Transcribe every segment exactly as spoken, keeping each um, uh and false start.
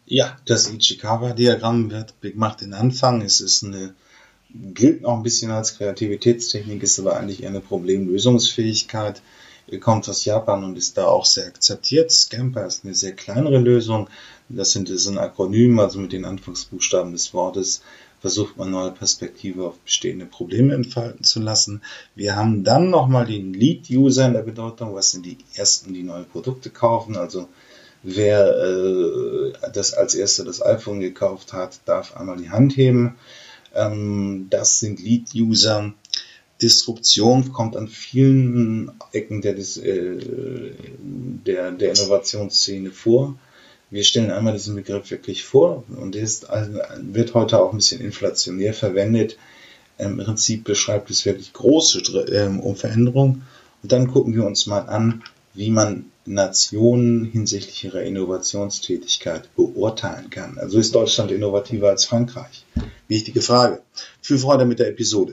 Ja, das Ichikawa-Diagramm wird macht den Anfang. Es ist eine, gilt noch ein bisschen als Kreativitätstechnik, ist aber eigentlich eher eine Problemlösungsfähigkeit. Er kommt aus Japan und ist da auch sehr akzeptiert. Scamper ist eine sehr kleinere Lösung. Das sind das ist ein Akronym, also mit den Anfangsbuchstaben des Wortes versucht man neue Perspektive auf bestehende Probleme entfalten zu lassen. Wir haben dann nochmal den Lead-User in der Bedeutung. Was sind die Ersten, die neue Produkte kaufen? Also wer äh, das als Erster das iPhone gekauft hat, darf einmal die Hand heben. Ähm, das sind Lead-User. Disruption kommt an vielen Ecken der, äh, der, der Innovationsszene vor. Wir stellen einmal diesen Begriff wirklich vor und der ist, also, wird heute auch ein bisschen inflationär verwendet. Im Prinzip beschreibt es wirklich große äh, Veränderungen. Und dann gucken wir uns mal an, wie man Nationen hinsichtlich ihrer Innovationstätigkeit beurteilen kann. Also ist Deutschland innovativer als Frankreich? Wichtige Frage. Viel Freude mit der Episode.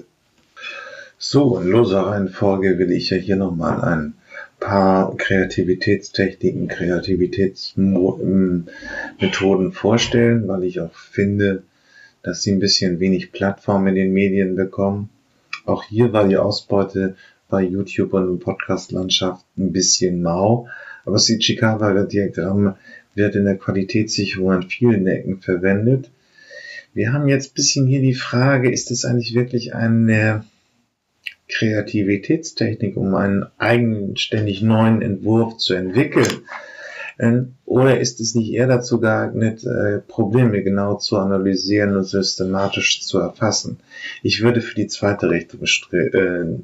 So, in loser Reihenfolge will ich ja hier nochmal ein paar Kreativitätstechniken, Kreativitätsmethoden vorstellen, weil ich auch finde, dass sie ein bisschen wenig Plattform in den Medien bekommen. Auch hier war die Ausbeute bei YouTube und in Podcast-Landschaft ein bisschen mau, aber das Ichikawa-Diagramm wird in der Qualitätssicherung an vielen Ecken verwendet. Wir haben jetzt ein bisschen hier die Frage, ist es eigentlich wirklich eine Kreativitätstechnik, um einen eigenständig neuen Entwurf zu entwickeln? Oder ist es nicht eher dazu geeignet, Probleme genau zu analysieren und systematisch zu erfassen? Ich würde für die zweite Richtung stehen.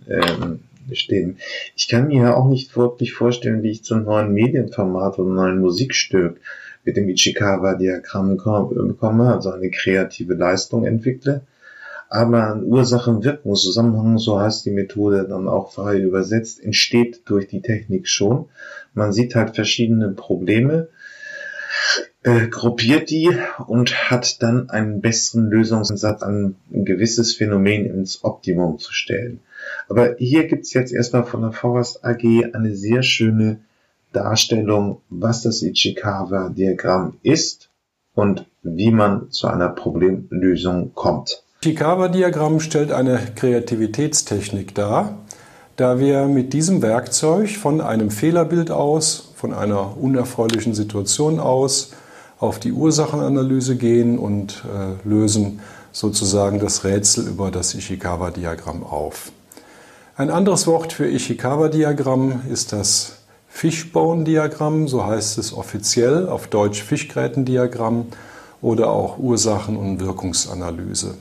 Ich kann mir ja auch nicht wirklich vorstellen, wie ich zu einem neuen Medienformat oder einem neuen Musikstück mit dem Ichikawa-Diagramm bekomme, also eine kreative Leistung entwickle. Aber ein Ursachen-Wirkungszusammenhang, so heißt die Methode dann auch frei übersetzt, entsteht durch die Technik schon. Man sieht halt verschiedene Probleme, äh, gruppiert die und hat dann einen besseren Lösungsansatz, ein gewisses Phänomen ins Optimum zu stellen. Aber hier gibt's jetzt erstmal von der Forest A G eine sehr schöne Darstellung, was das Ichikawa-Diagramm ist und wie man zu einer Problemlösung kommt. Das Ichikawa-Diagramm stellt eine Kreativitätstechnik dar, da wir mit diesem Werkzeug von einem Fehlerbild aus, von einer unerfreulichen Situation aus, auf die Ursachenanalyse gehen und äh, lösen sozusagen das Rätsel über das Ichikawa-Diagramm auf. Ein anderes Wort für Ichikawa-Diagramm ist das Fishbone-Diagramm, so heißt es offiziell, auf Deutsch Fischgrätendiagramm oder auch Ursachen- und Wirkungsanalyse.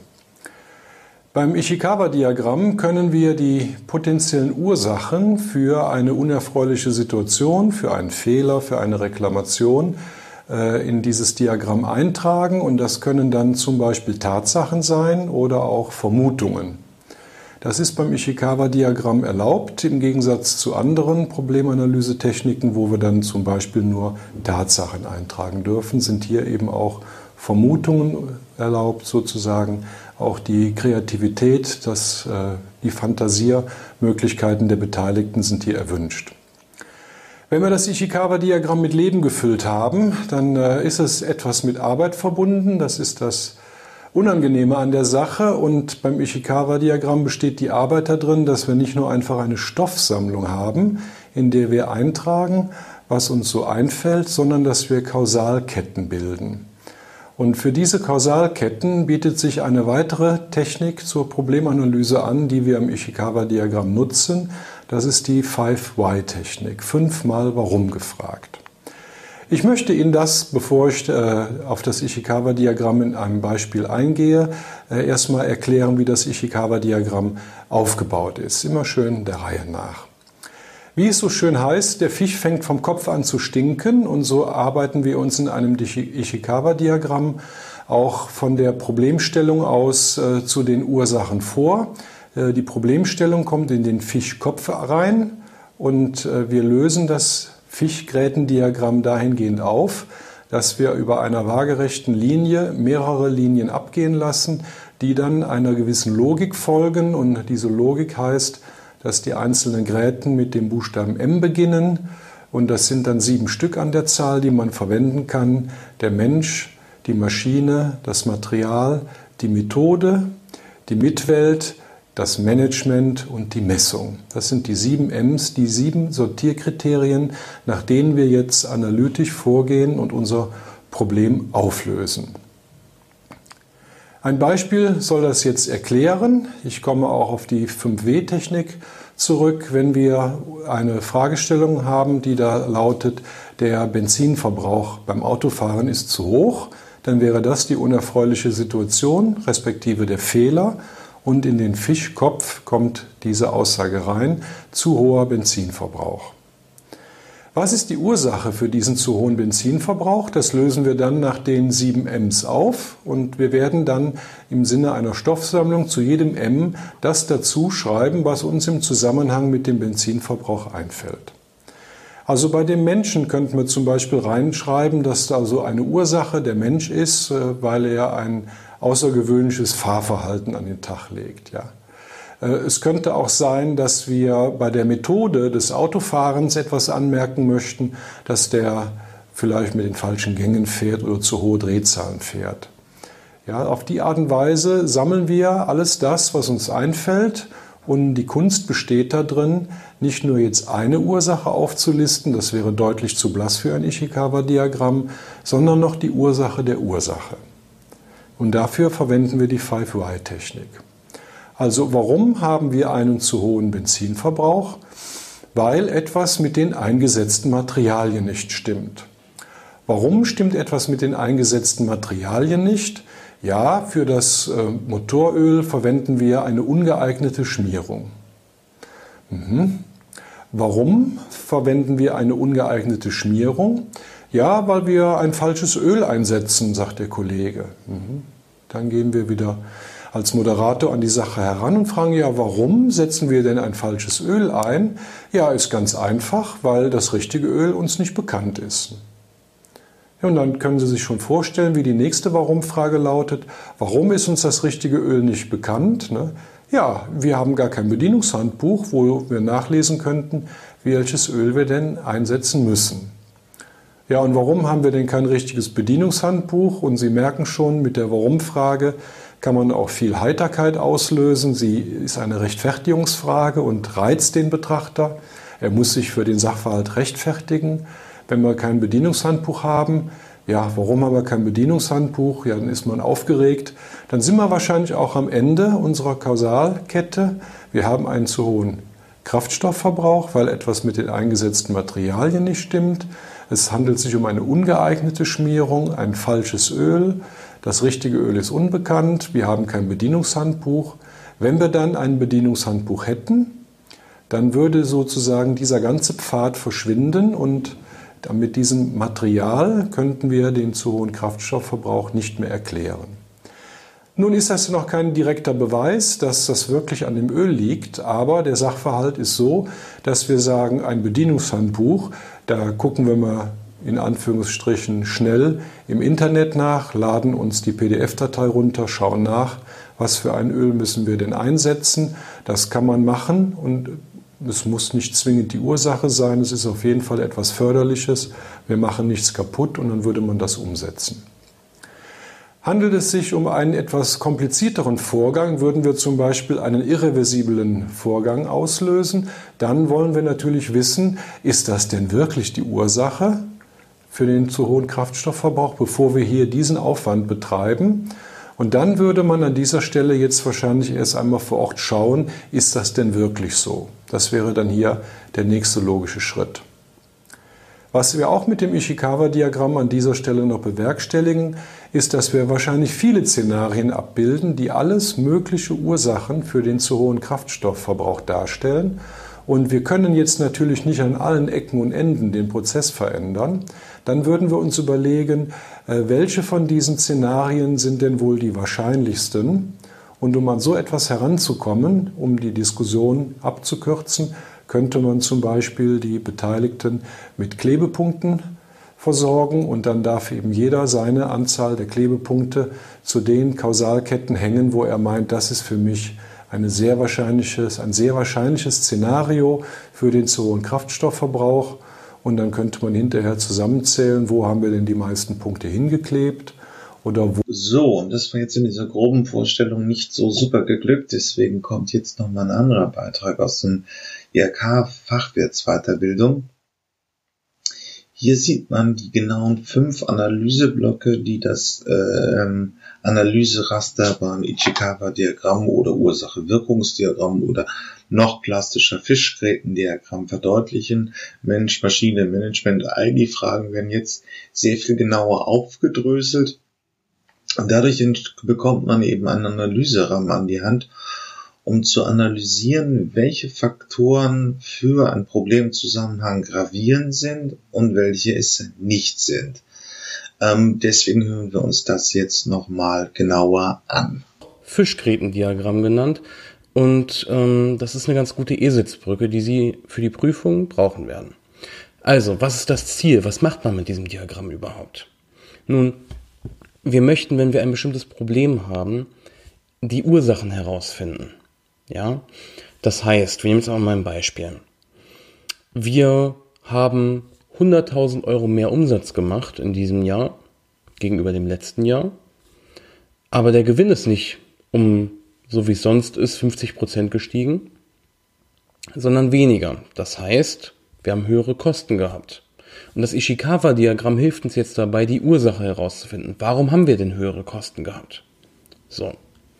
Beim Ichikawa-Diagramm können wir die potenziellen Ursachen für eine unerfreuliche Situation, für einen Fehler, für eine Reklamation äh, in dieses Diagramm eintragen und das können dann zum Beispiel Tatsachen sein oder auch Vermutungen. Das ist beim Ichikawa-Diagramm erlaubt, im Gegensatz zu anderen Problemanalysetechniken, wo wir dann zum Beispiel nur Tatsachen eintragen dürfen, sind hier eben auch Vermutungen erlaubt, sozusagen auch die Kreativität, das, äh, die Fantasiermöglichkeiten der Beteiligten sind hier erwünscht. Wenn wir das Ichikawa-Diagramm mit Leben gefüllt haben, dann äh, ist es etwas mit Arbeit verbunden. Das ist das Unangenehme an der Sache und beim Ichikawa-Diagramm besteht die Arbeit darin, dass wir nicht nur einfach eine Stoffsammlung haben, in der wir eintragen, was uns so einfällt, sondern dass wir Kausalketten bilden. Und für diese Kausalketten bietet sich eine weitere Technik zur Problemanalyse an, die wir im Ichikawa-Diagramm nutzen. Das ist die Five Why Technik. Fünfmal Warum gefragt. Ich möchte Ihnen das, bevor ich äh, auf das Ichikawa-Diagramm in einem Beispiel eingehe, äh, erstmal erklären, wie das Ichikawa-Diagramm aufgebaut ist. Immer schön der Reihe nach. Wie es so schön heißt, der Fisch fängt vom Kopf an zu stinken und so arbeiten wir uns in einem Ichikawa-Diagramm auch von der Problemstellung aus äh, zu den Ursachen vor. Äh, die Problemstellung kommt in den Fischkopf rein und äh, wir lösen das Fischgrätendiagramm dahingehend auf, dass wir über einer waagerechten Linie mehrere Linien abgehen lassen, die dann einer gewissen Logik folgen und diese Logik heißt, dass die einzelnen Gräten mit dem Buchstaben M beginnen und das sind dann sieben Stück an der Zahl, die man verwenden kann. Der Mensch die Maschine, das Material, die Methode, die Mitwelt, das Management und die Messung. Das sind die sieben M's, die sieben Sortierkriterien, nach denen wir jetzt analytisch vorgehen und unser Problem auflösen. Ein Beispiel soll das jetzt erklären. Ich komme auch auf die fünf W Technik zurück, wenn wir eine Fragestellung haben, die da lautet, der Benzinverbrauch beim Autofahren ist zu hoch, dann wäre das die unerfreuliche Situation, respektive der Fehler. Und in den Fischkopf kommt diese Aussage rein, zu hoher Benzinverbrauch. Was ist die Ursache für diesen zu hohen Benzinverbrauch? Das lösen wir dann nach den sieben M's auf und wir werden dann im Sinne einer Stoffsammlung zu jedem M das dazu schreiben, was uns im Zusammenhang mit dem Benzinverbrauch einfällt. Also bei dem Menschen könnten wir zum Beispiel reinschreiben, dass da also eine Ursache der Mensch ist, weil er ein außergewöhnliches Fahrverhalten an den Tag legt. Ja. Es könnte auch sein, dass wir bei der Methode des Autofahrens etwas anmerken möchten, dass der vielleicht mit den falschen Gängen fährt oder zu hohe Drehzahlen fährt. Ja, auf die Art und Weise sammeln wir alles das, was uns einfällt. Und die Kunst besteht darin, nicht nur jetzt eine Ursache aufzulisten, das wäre deutlich zu blass für ein Ishikawa-Diagramm, sondern noch die Ursache der Ursache. Und dafür verwenden wir die fünf W Technik. Also warum haben wir einen zu hohen Benzinverbrauch? Weil etwas mit den eingesetzten Materialien nicht stimmt. Warum stimmt etwas mit den eingesetzten Materialien nicht? Ja, für das Motoröl verwenden wir eine ungeeignete Schmierung. Mhm. Warum verwenden wir eine ungeeignete Schmierung? Ja, weil wir ein falsches Öl einsetzen, sagt der Kollege. Mhm. Dann gehen wir wieder als Moderator an die Sache heran und fragen, ja, warum setzen wir denn ein falsches Öl ein? Ja, ist ganz einfach, weil das richtige Öl uns nicht bekannt ist. Ja, und dann können Sie sich schon vorstellen, wie die nächste Warum-Frage lautet. Warum ist uns das richtige Öl nicht bekannt? Ne? Ja, wir haben gar kein Bedienungshandbuch, wo wir nachlesen könnten, welches Öl wir denn einsetzen müssen. Ja, und warum haben wir denn kein richtiges Bedienungshandbuch? Und Sie merken schon, mit der Warum-Frage kann man auch viel Heiterkeit auslösen. Sie ist eine Rechtfertigungsfrage und reizt den Betrachter. Er muss sich für den Sachverhalt rechtfertigen. Wenn wir kein Bedienungshandbuch haben, ja, warum haben wir kein Bedienungshandbuch? Ja, dann ist man aufgeregt. Dann sind wir wahrscheinlich auch am Ende unserer Kausalkette. Wir haben einen zu hohen Kraftstoffverbrauch, weil etwas mit den eingesetzten Materialien nicht stimmt. Es handelt sich um eine ungeeignete Schmierung, ein falsches Öl. Das richtige Öl ist unbekannt. Wir haben kein Bedienungshandbuch. Wenn wir dann ein Bedienungshandbuch hätten, dann würde sozusagen dieser ganze Pfad verschwinden und mit diesem Material könnten wir den zu hohen Kraftstoffverbrauch nicht mehr erklären. Nun ist das noch kein direkter Beweis, dass das wirklich an dem Öl liegt, aber der Sachverhalt ist so, dass wir sagen, ein Bedienungshandbuch, da gucken wir mal in Anführungsstrichen schnell im Internet nach, laden uns die P D F-Datei runter, schauen nach, was für ein Öl müssen wir denn einsetzen. Das kann man machen und es muss nicht zwingend die Ursache sein, es ist auf jeden Fall etwas Förderliches. Wir machen nichts kaputt und dann würde man das umsetzen. Handelt es sich um einen etwas komplizierteren Vorgang, würden wir zum Beispiel einen irreversiblen Vorgang auslösen, dann wollen wir natürlich wissen, ist das denn wirklich die Ursache für den zu hohen Kraftstoffverbrauch, bevor wir hier diesen Aufwand betreiben? Und dann würde man an dieser Stelle jetzt wahrscheinlich erst einmal vor Ort schauen, ist das denn wirklich so? Das wäre dann hier der nächste logische Schritt. Was wir auch mit dem Ishikawa-Diagramm an dieser Stelle noch bewerkstelligen, ist, dass wir wahrscheinlich viele Szenarien abbilden, die alles mögliche Ursachen für den zu hohen Kraftstoffverbrauch darstellen. Und wir können jetzt natürlich nicht an allen Ecken und Enden den Prozess verändern. Dann würden wir uns überlegen, welche von diesen Szenarien sind denn wohl die wahrscheinlichsten? Und um an so etwas heranzukommen, um die Diskussion abzukürzen, könnte man zum Beispiel die Beteiligten mit Klebepunkten versorgen und dann darf eben jeder seine Anzahl der Klebepunkte zu den Kausalketten hängen, wo er meint, das ist für mich eine sehr wahrscheinliches, ein sehr wahrscheinliches Szenario für den zu hohen Kraftstoffverbrauch. Und dann könnte man hinterher zusammenzählen, wo haben wir denn die meisten Punkte hingeklebt. Oder wo? So, und das war jetzt in dieser groben Vorstellung nicht so super geglückt, deswegen kommt jetzt nochmal ein anderer Beitrag aus dem I H K-Fachwirtsweiterbildung. Hier sieht man die genauen fünf Analyseblöcke, die das äh, Analyseraster beim Ichikawa-Diagramm oder Ursache-Wirkungsdiagramm oder noch plastischer Fischgrätendiagramm verdeutlichen. Mensch, Maschine, Management, all die Fragen werden jetzt sehr viel genauer aufgedröselt. Und dadurch bekommt man eben einen Analyserahmen an die Hand, um zu analysieren, welche Faktoren für einen Problemzusammenhang gravierend sind und welche es nicht sind. Ähm, deswegen hören wir uns das jetzt nochmal genauer an. Fischgrätendiagramm genannt. Und ähm, das ist eine ganz gute Eselsbrücke, die Sie für die Prüfung brauchen werden. Also, was ist das Ziel? Was macht man mit diesem Diagramm überhaupt? Nun, wir möchten, wenn wir ein bestimmtes Problem haben, die Ursachen herausfinden. Ja, das heißt, wir nehmen jetzt mal ein Beispiel. Wir haben hunderttausend Euro mehr Umsatz gemacht in diesem Jahr gegenüber dem letzten Jahr, aber der Gewinn ist nicht um, so wie es sonst ist, fünfzig Prozent gestiegen, sondern weniger. Das heißt, wir haben höhere Kosten gehabt. Und das Ishikawa-Diagramm hilft uns jetzt dabei, die Ursache herauszufinden. Warum haben wir denn höhere Kosten gehabt? So.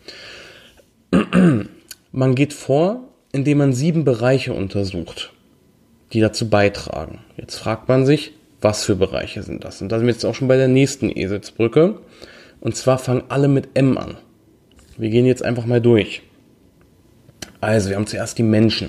Man geht vor, indem man sieben Bereiche untersucht, die dazu beitragen. Jetzt fragt man sich, was für Bereiche sind das? Und da sind wir jetzt auch schon bei der nächsten Eselsbrücke. Und zwar fangen alle mit M an. Wir gehen jetzt einfach mal durch. Also, wir haben zuerst die Menschen.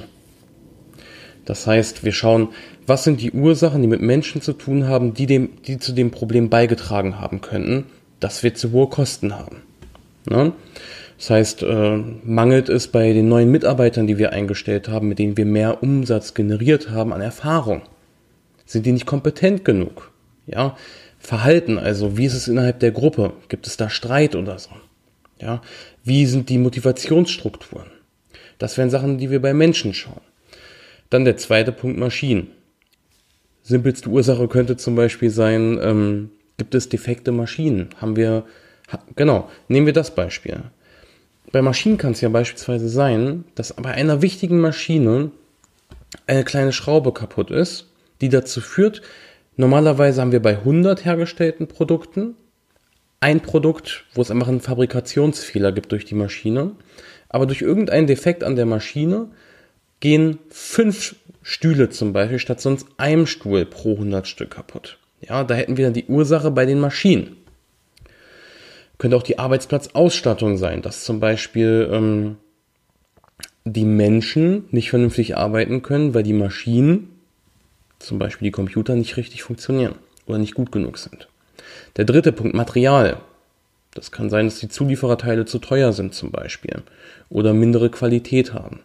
Das heißt, wir schauen, was sind die Ursachen, die mit Menschen zu tun haben, die, dem, die zu dem Problem beigetragen haben könnten, dass wir zu hohe Kosten haben. Ja? Das heißt, äh, mangelt es bei den neuen Mitarbeitern, die wir eingestellt haben, mit denen wir mehr Umsatz generiert haben, an Erfahrung? Sind die nicht kompetent genug? Ja? Verhalten, also wie ist es innerhalb der Gruppe? Gibt es da Streit oder so? Ja? Wie sind die Motivationsstrukturen? Das wären Sachen, die wir bei Menschen schauen. Dann der zweite Punkt, Maschinen. Simpelste Ursache könnte zum Beispiel sein, ähm, gibt es defekte Maschinen? Haben wir, ha, genau, nehmen wir das Beispiel. Bei Maschinen kann es ja beispielsweise sein, dass bei einer wichtigen Maschine eine kleine Schraube kaputt ist, die dazu führt, normalerweise haben wir bei hundert hergestellten Produkten ein Produkt, wo es einfach einen Fabrikationsfehler gibt durch die Maschine, aber durch irgendeinen Defekt an der Maschine gehen fünf Stühle zum Beispiel statt sonst einem Stuhl pro hundert Stück kaputt. Ja, da hätten wir dann die Ursache bei den Maschinen. Könnte auch die Arbeitsplatzausstattung sein, dass zum Beispiel ähm, die Menschen nicht vernünftig arbeiten können, weil die Maschinen, zum Beispiel die Computer, nicht richtig funktionieren oder nicht gut genug sind. Der dritte Punkt, Material. Das kann sein, dass die Zuliefererteile zu teuer sind zum Beispiel oder mindere Qualität haben.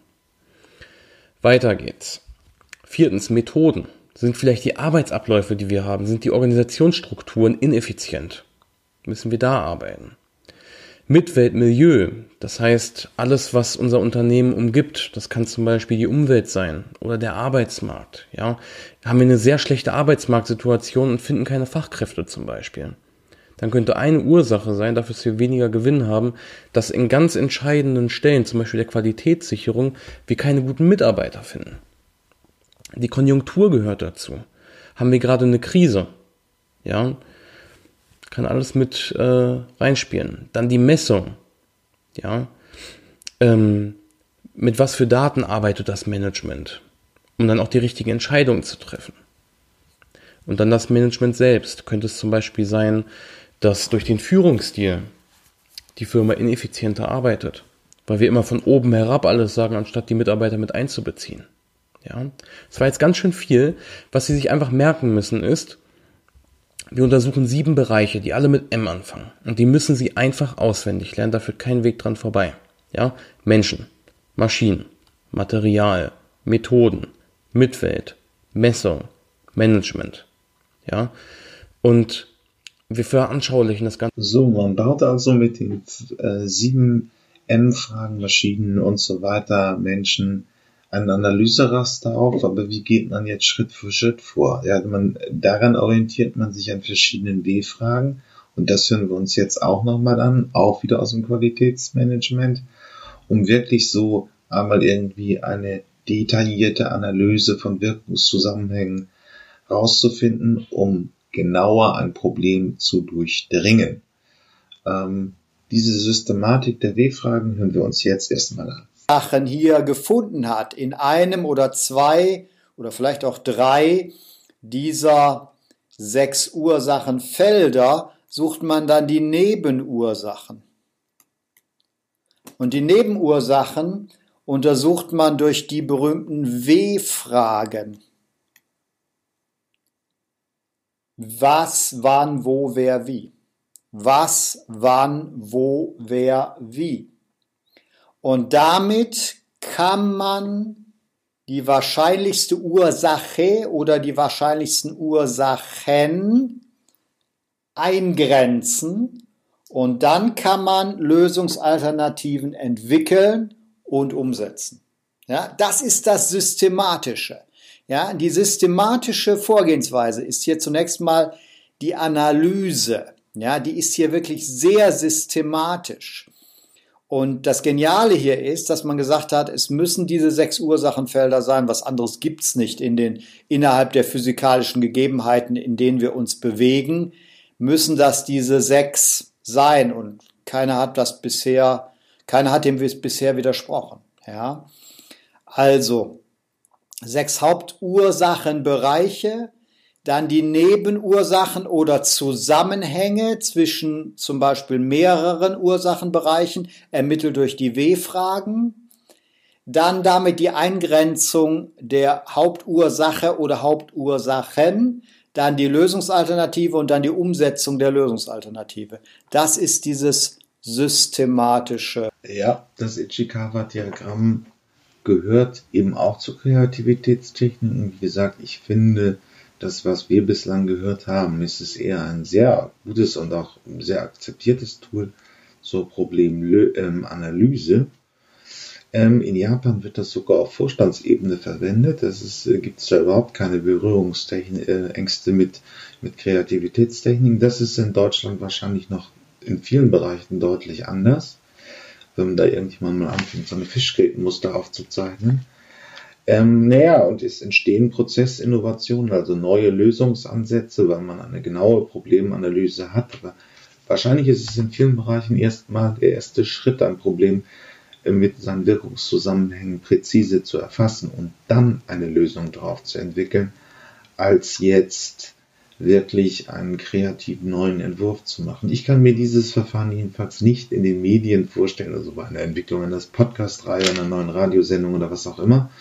Weiter geht's. Viertens, Methoden. Sind vielleicht die Arbeitsabläufe, die wir haben, sind die Organisationsstrukturen ineffizient? Müssen wir da arbeiten? Mitwelt, Milieu, das heißt alles, was unser Unternehmen umgibt, das kann zum Beispiel die Umwelt sein oder der Arbeitsmarkt. Ja, haben wir eine sehr schlechte Arbeitsmarktsituation und finden keine Fachkräfte zum Beispiel. Dann könnte eine Ursache sein, dafür, dass wir weniger Gewinn haben, dass in ganz entscheidenden Stellen, zum Beispiel der Qualitätssicherung, wir keine guten Mitarbeiter finden. Die Konjunktur gehört dazu. Haben wir gerade eine Krise? Ja, kann alles mit äh, reinspielen. Dann die Messung. Ja, ähm, mit was für Daten arbeitet das Management, um dann auch die richtigen Entscheidungen zu treffen. Und dann das Management selbst. Könnte es zum Beispiel sein, dass durch den Führungsstil die Firma ineffizienter arbeitet, weil wir immer von oben herab alles sagen, anstatt die Mitarbeiter mit einzubeziehen. Ja, das war jetzt ganz schön viel. Was Sie sich einfach merken müssen ist, wir untersuchen sieben Bereiche, die alle mit M anfangen. Und die müssen Sie einfach auswendig lernen, da führt kein Weg dran vorbei. Ja, Menschen, Maschinen, Material, Methoden, Mitwelt, Messung, Management. Ja, und wir veranschaulichen das Ganze. So, man baut also mit den äh, sieben M-Fragen, Maschinen und so weiter, Menschen, ein Analyseraster auf, aber wie geht man jetzt Schritt für Schritt vor? Ja, man, daran orientiert man sich an verschiedenen W-Fragen Und das hören wir uns jetzt auch nochmal an, auch wieder aus dem Qualitätsmanagement, um wirklich so einmal irgendwie eine detaillierte Analyse von Wirkungszusammenhängen rauszufinden, um genauer ein Problem zu durchdringen. Ähm, diese Systematik der W-Fragen hören wir uns jetzt erstmal an. Sachen hier gefunden hat, in einem oder zwei oder vielleicht auch drei dieser sechs Ursachenfelder, sucht man dann die Nebenursachen. Und die Nebenursachen untersucht man durch die berühmten W-Fragen. Was, wann, wo, wer, wie. Was, wann, wo, wer, wie. Und damit kann man die wahrscheinlichste Ursache oder die wahrscheinlichsten Ursachen eingrenzen und dann kann man Lösungsalternativen entwickeln und umsetzen. Ja, das ist das Systematische. Ja, die systematische Vorgehensweise ist hier zunächst mal die Analyse. Ja, die ist hier wirklich sehr systematisch. Und das Geniale hier ist, dass man gesagt hat, es müssen diese sechs Ursachenfelder sein, was anderes gibt's nicht in den, innerhalb der physikalischen Gegebenheiten, in denen wir uns bewegen, müssen das diese sechs sein. Und keiner hat das bisher, keiner hat dem bisher widersprochen. Ja, also sechs Hauptursachenbereiche, dann die Nebenursachen oder Zusammenhänge zwischen zum Beispiel mehreren Ursachenbereichen, ermittelt durch die W-Fragen. Dann damit die Eingrenzung der Hauptursache oder Hauptursachen, dann die Lösungsalternative und dann die Umsetzung der Lösungsalternative. Das ist dieses systematische. Ja, das Ichikawa-Diagramm gehört eben auch zur Kreativitätstechnik. Wie gesagt, ich finde, das, was wir bislang gehört haben, ist es eher ein sehr gutes und auch sehr akzeptiertes Tool zur Problemanalyse. Ähm, in Japan wird das sogar auf Vorstandsebene verwendet. Es äh, gibt da überhaupt keine Berührungsängste mit, mit Kreativitätstechniken. Das ist in Deutschland wahrscheinlich noch in vielen Bereichen deutlich anders, wenn man da irgendjemand mal anfängt, so eine Fischgrätenmuster aufzuzeichnen. Ähm, naja, und es entstehen Prozessinnovationen, also neue Lösungsansätze, weil man eine genaue Problemanalyse hat. Aber wahrscheinlich ist es in vielen Bereichen erstmal der erste Schritt, ein Problem äh, mit seinen Wirkungszusammenhängen präzise zu erfassen und dann eine Lösung darauf zu entwickeln, als jetzt wirklich einen kreativen neuen Entwurf zu machen. Ich kann mir dieses Verfahren jedenfalls nicht in den Medien vorstellen, also bei einer Entwicklung einer Podcast-Reihe, einer neuen Radiosendung oder was auch immer.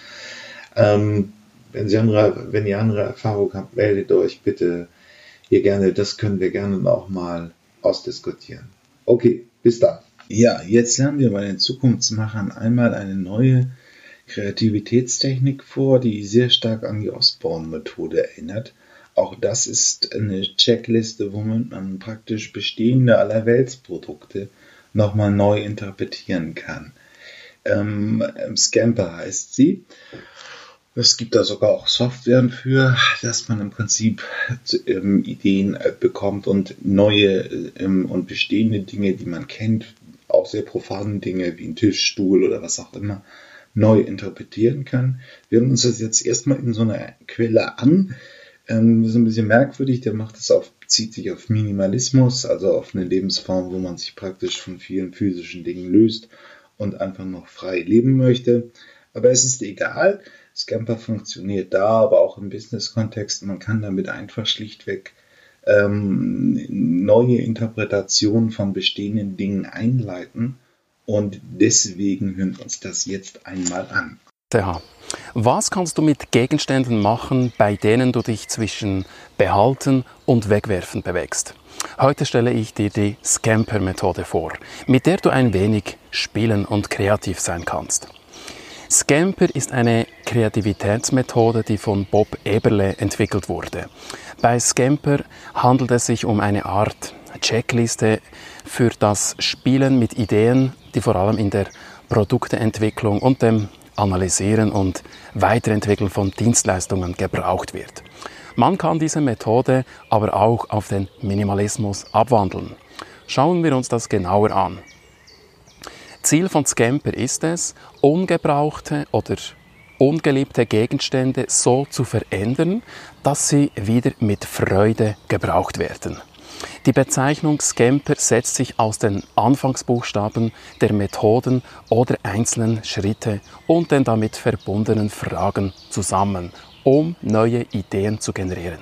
Ähm, wenn, Sie andere, wenn ihr andere Erfahrungen habt, meldet euch bitte hier gerne. Das können wir gerne auch mal ausdiskutieren. Okay, bis dann. Ja, jetzt lernen wir bei den Zukunftsmachern einmal eine neue Kreativitätstechnik vor, die sehr stark an die Osborne-Methode erinnert. Auch das ist eine Checkliste, womit man praktisch bestehende Allerweltsprodukte nochmal neu interpretieren kann. Ähm, Scamper heißt sie. Es gibt da sogar auch Software für, dass man im Prinzip ähm, Ideen äh, bekommt und neue ähm, und bestehende Dinge, die man kennt, auch sehr profane Dinge wie ein Tisch, Stuhl oder was auch immer, neu interpretieren kann. Wir hören uns das jetzt erstmal in so einer Quelle an. Ähm, das ist ein bisschen merkwürdig, der macht das auf, bezieht sich auf Minimalismus, also auf eine Lebensform, wo man sich praktisch von vielen physischen Dingen löst und einfach noch frei leben möchte. Aber es ist egal. Scamper funktioniert da, aber auch im Business-Kontext. Man kann damit einfach schlichtweg ähm, neue Interpretationen von bestehenden Dingen einleiten. Und deswegen hören wir uns das jetzt einmal an. Was kannst du mit Gegenständen machen, bei denen du dich zwischen behalten und wegwerfen bewegst? Heute stelle ich dir die Scamper-Methode vor, mit der du ein wenig spielen und kreativ sein kannst. Scamper ist eine Kreativitätsmethode, die von Bob Eberle entwickelt wurde. Bei Scamper handelt es sich um eine Art Checkliste für das Spielen mit Ideen, die vor allem in der Produkteentwicklung und dem Analysieren und Weiterentwickeln von Dienstleistungen gebraucht wird. Man kann diese Methode aber auch auf den Minimalismus abwandeln. Schauen wir uns das genauer an. Ziel von Scamper ist es, ungebrauchte oder ungeliebte Gegenstände so zu verändern, dass sie wieder mit Freude gebraucht werden. Die Bezeichnung Scamper setzt sich aus den Anfangsbuchstaben der Methoden oder einzelnen Schritte und den damit verbundenen Fragen zusammen, um neue Ideen zu generieren.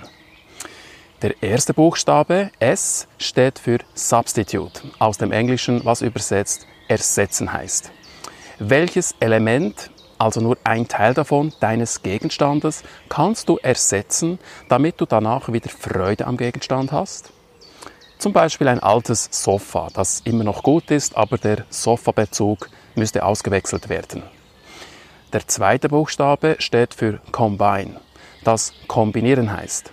Der erste Buchstabe S steht für Substitute, aus dem Englischen, was übersetzt ersetzen heißt. Welches Element, also nur ein Teil davon, deines Gegenstandes, kannst du ersetzen, damit du danach wieder Freude am Gegenstand hast? Zum Beispiel ein altes Sofa, das immer noch gut ist, aber der Sofabezug müsste ausgewechselt werden. Der zweite Buchstabe steht für Combine, das kombinieren heißt.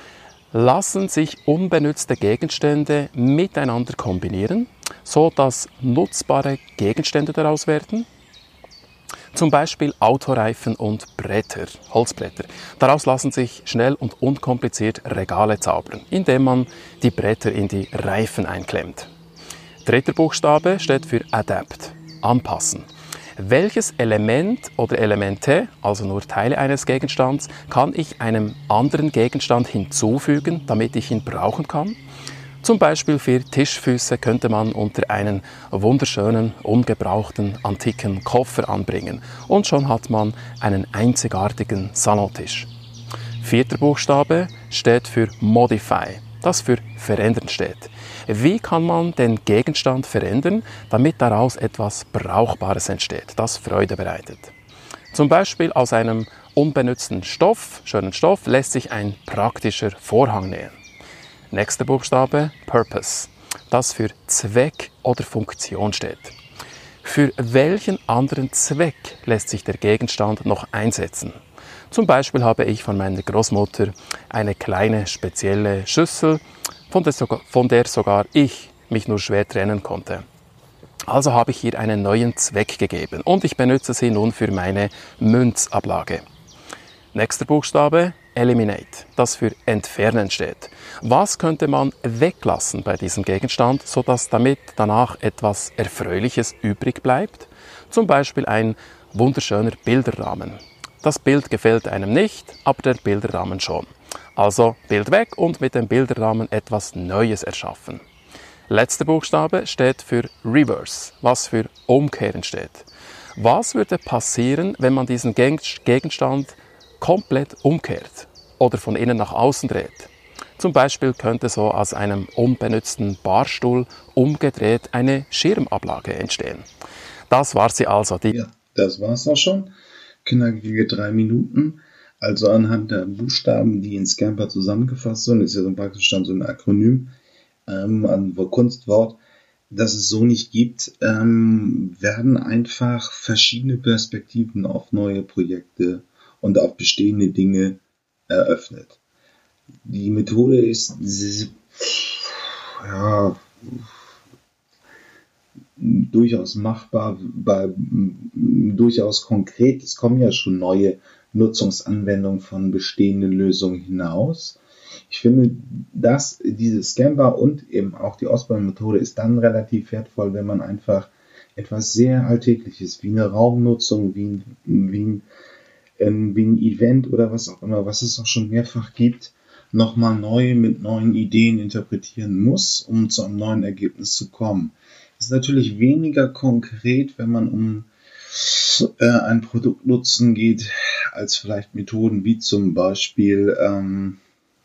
Lassen sich unbenutzte Gegenstände miteinander kombinieren, so dass nutzbare Gegenstände daraus werden? Zum Beispiel Autoreifen und Bretter, Holzbretter. Daraus lassen sich schnell und unkompliziert Regale zaubern, indem man die Bretter in die Reifen einklemmt. Dritter Buchstabe steht für Adapt, anpassen. Welches Element oder Elemente, also nur Teile eines Gegenstands, kann ich einem anderen Gegenstand hinzufügen, damit ich ihn brauchen kann? Zum Beispiel für Tischfüße könnte man unter einen wunderschönen, ungebrauchten, antiken Koffer anbringen und schon hat man einen einzigartigen Salontisch. Vierter Buchstabe steht für Modify, das für verändern steht. Wie kann man den Gegenstand verändern, damit daraus etwas Brauchbares entsteht, das Freude bereitet? Zum Beispiel aus einem unbenutzten Stoff, schönen Stoff, lässt sich ein praktischer Vorhang nähen. Nächster Buchstabe, Purpose, das für Zweck oder Funktion steht. Für welchen anderen Zweck lässt sich der Gegenstand noch einsetzen? Zum Beispiel habe ich von meiner Großmutter eine kleine spezielle Schüssel, von der sogar, von der sogar ich mich nur schwer trennen konnte. Also habe ich ihr einen neuen Zweck gegeben und ich benutze sie nun für meine Münzablage. Nächster Buchstabe, Eliminate, das für Entfernen steht. Was könnte man weglassen bei diesem Gegenstand, sodass damit danach etwas Erfreuliches übrig bleibt? Zum Beispiel ein wunderschöner Bilderrahmen. Das Bild gefällt einem nicht, aber der Bilderrahmen schon. Also Bild weg und mit dem Bilderrahmen etwas Neues erschaffen. Letzter Buchstabe steht für Reverse, was für Umkehren steht. Was würde passieren, wenn man diesen Gegenstand komplett umkehrt oder von innen nach außen dreht? Zum Beispiel könnte so aus einem unbenutzten Barstuhl umgedreht eine Schirmablage entstehen. Das war sie also. Die ja, das war es auch schon. Knackige drei Minuten. Also anhand der Buchstaben, die in Scamper zusammengefasst sind, ist ja so praktisch dann so ein Akronym, ähm, ein Kunstwort, das es so nicht gibt, ähm, werden einfach verschiedene Perspektiven auf neue Projekte und auf bestehende Dinge eröffnet. Die Methode ist ja, durchaus machbar, bei, durchaus konkret. Es kommen ja schon neue Nutzungsanwendungen von bestehenden Lösungen hinaus. Ich finde, dass diese Scamper und eben auch die Osborne-Methode ist dann relativ wertvoll, wenn man einfach etwas sehr Alltägliches wie eine Raumnutzung, wie ein, wie ein wie ein Event oder was auch immer, was es auch schon mehrfach gibt, nochmal neu mit neuen Ideen interpretieren muss, um zu einem neuen Ergebnis zu kommen. Es ist natürlich weniger konkret, wenn man um äh, ein Produktnutzen geht, als vielleicht Methoden wie zum Beispiel ähm,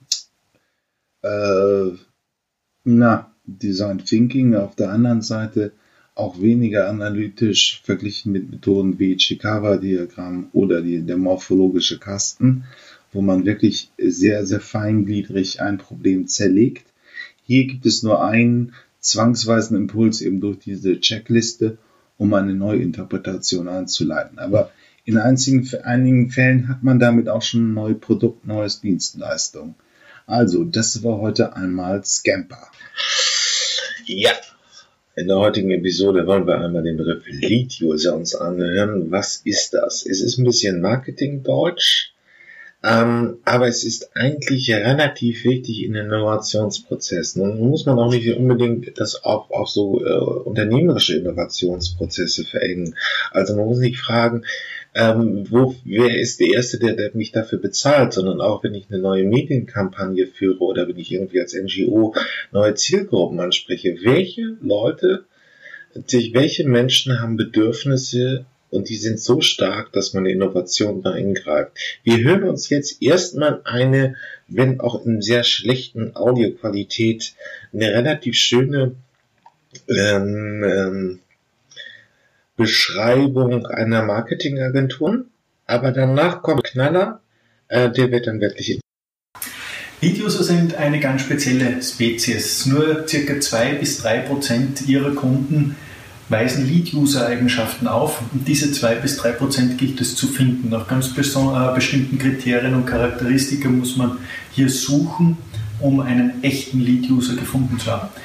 äh, na, Design Thinking, auf der anderen Seite auch weniger analytisch verglichen mit Methoden wie Chikawa-Diagramm oder die, der morphologische Kasten, wo man wirklich sehr, sehr feingliedrig ein Problem zerlegt. Hier gibt es nur einen zwangsweisen Impuls eben durch diese Checkliste, um eine Neuinterpretation einzuleiten. Aber in einzigen, einigen Fällen hat man damit auch schon ein neues Produkt, neues Dienstleistung. Also, das war heute einmal Scamper. Ja. In der heutigen Episode wollen wir einmal den Begriff Lead User uns anhören. Was ist das? Es ist ein bisschen Marketingdeutsch. Ähm, aber es ist eigentlich relativ wichtig in den Innovationsprozessen. Und nun muss man auch nicht unbedingt das auf, auf so äh, unternehmerische Innovationsprozesse verengen. Also man muss nicht fragen, ähm, wo, wer ist der Erste, der, der mich dafür bezahlt, sondern auch wenn ich eine neue Medienkampagne führe oder wenn ich irgendwie als N G O neue Zielgruppen anspreche, welche Leute, welche Menschen haben Bedürfnisse, und die sind so stark, dass man eine Innovation da eingreift. Wir hören uns jetzt erstmal eine, wenn auch in sehr schlechten Audioqualität, eine relativ schöne ähm, ähm, Beschreibung einer Marketingagentur. Aber danach kommt Knaller, äh, der wird dann wirklich... Lead-User sind eine ganz spezielle Spezies. Nur ca. zwei bis drei Prozent ihrer Kunden weisen Lead-User-Eigenschaften auf und diese zwei bis drei Prozent gilt es zu finden. Nach ganz äh, bestimmten Kriterien und Charakteristika muss man hier suchen, um einen echten Lead-User gefunden zu haben.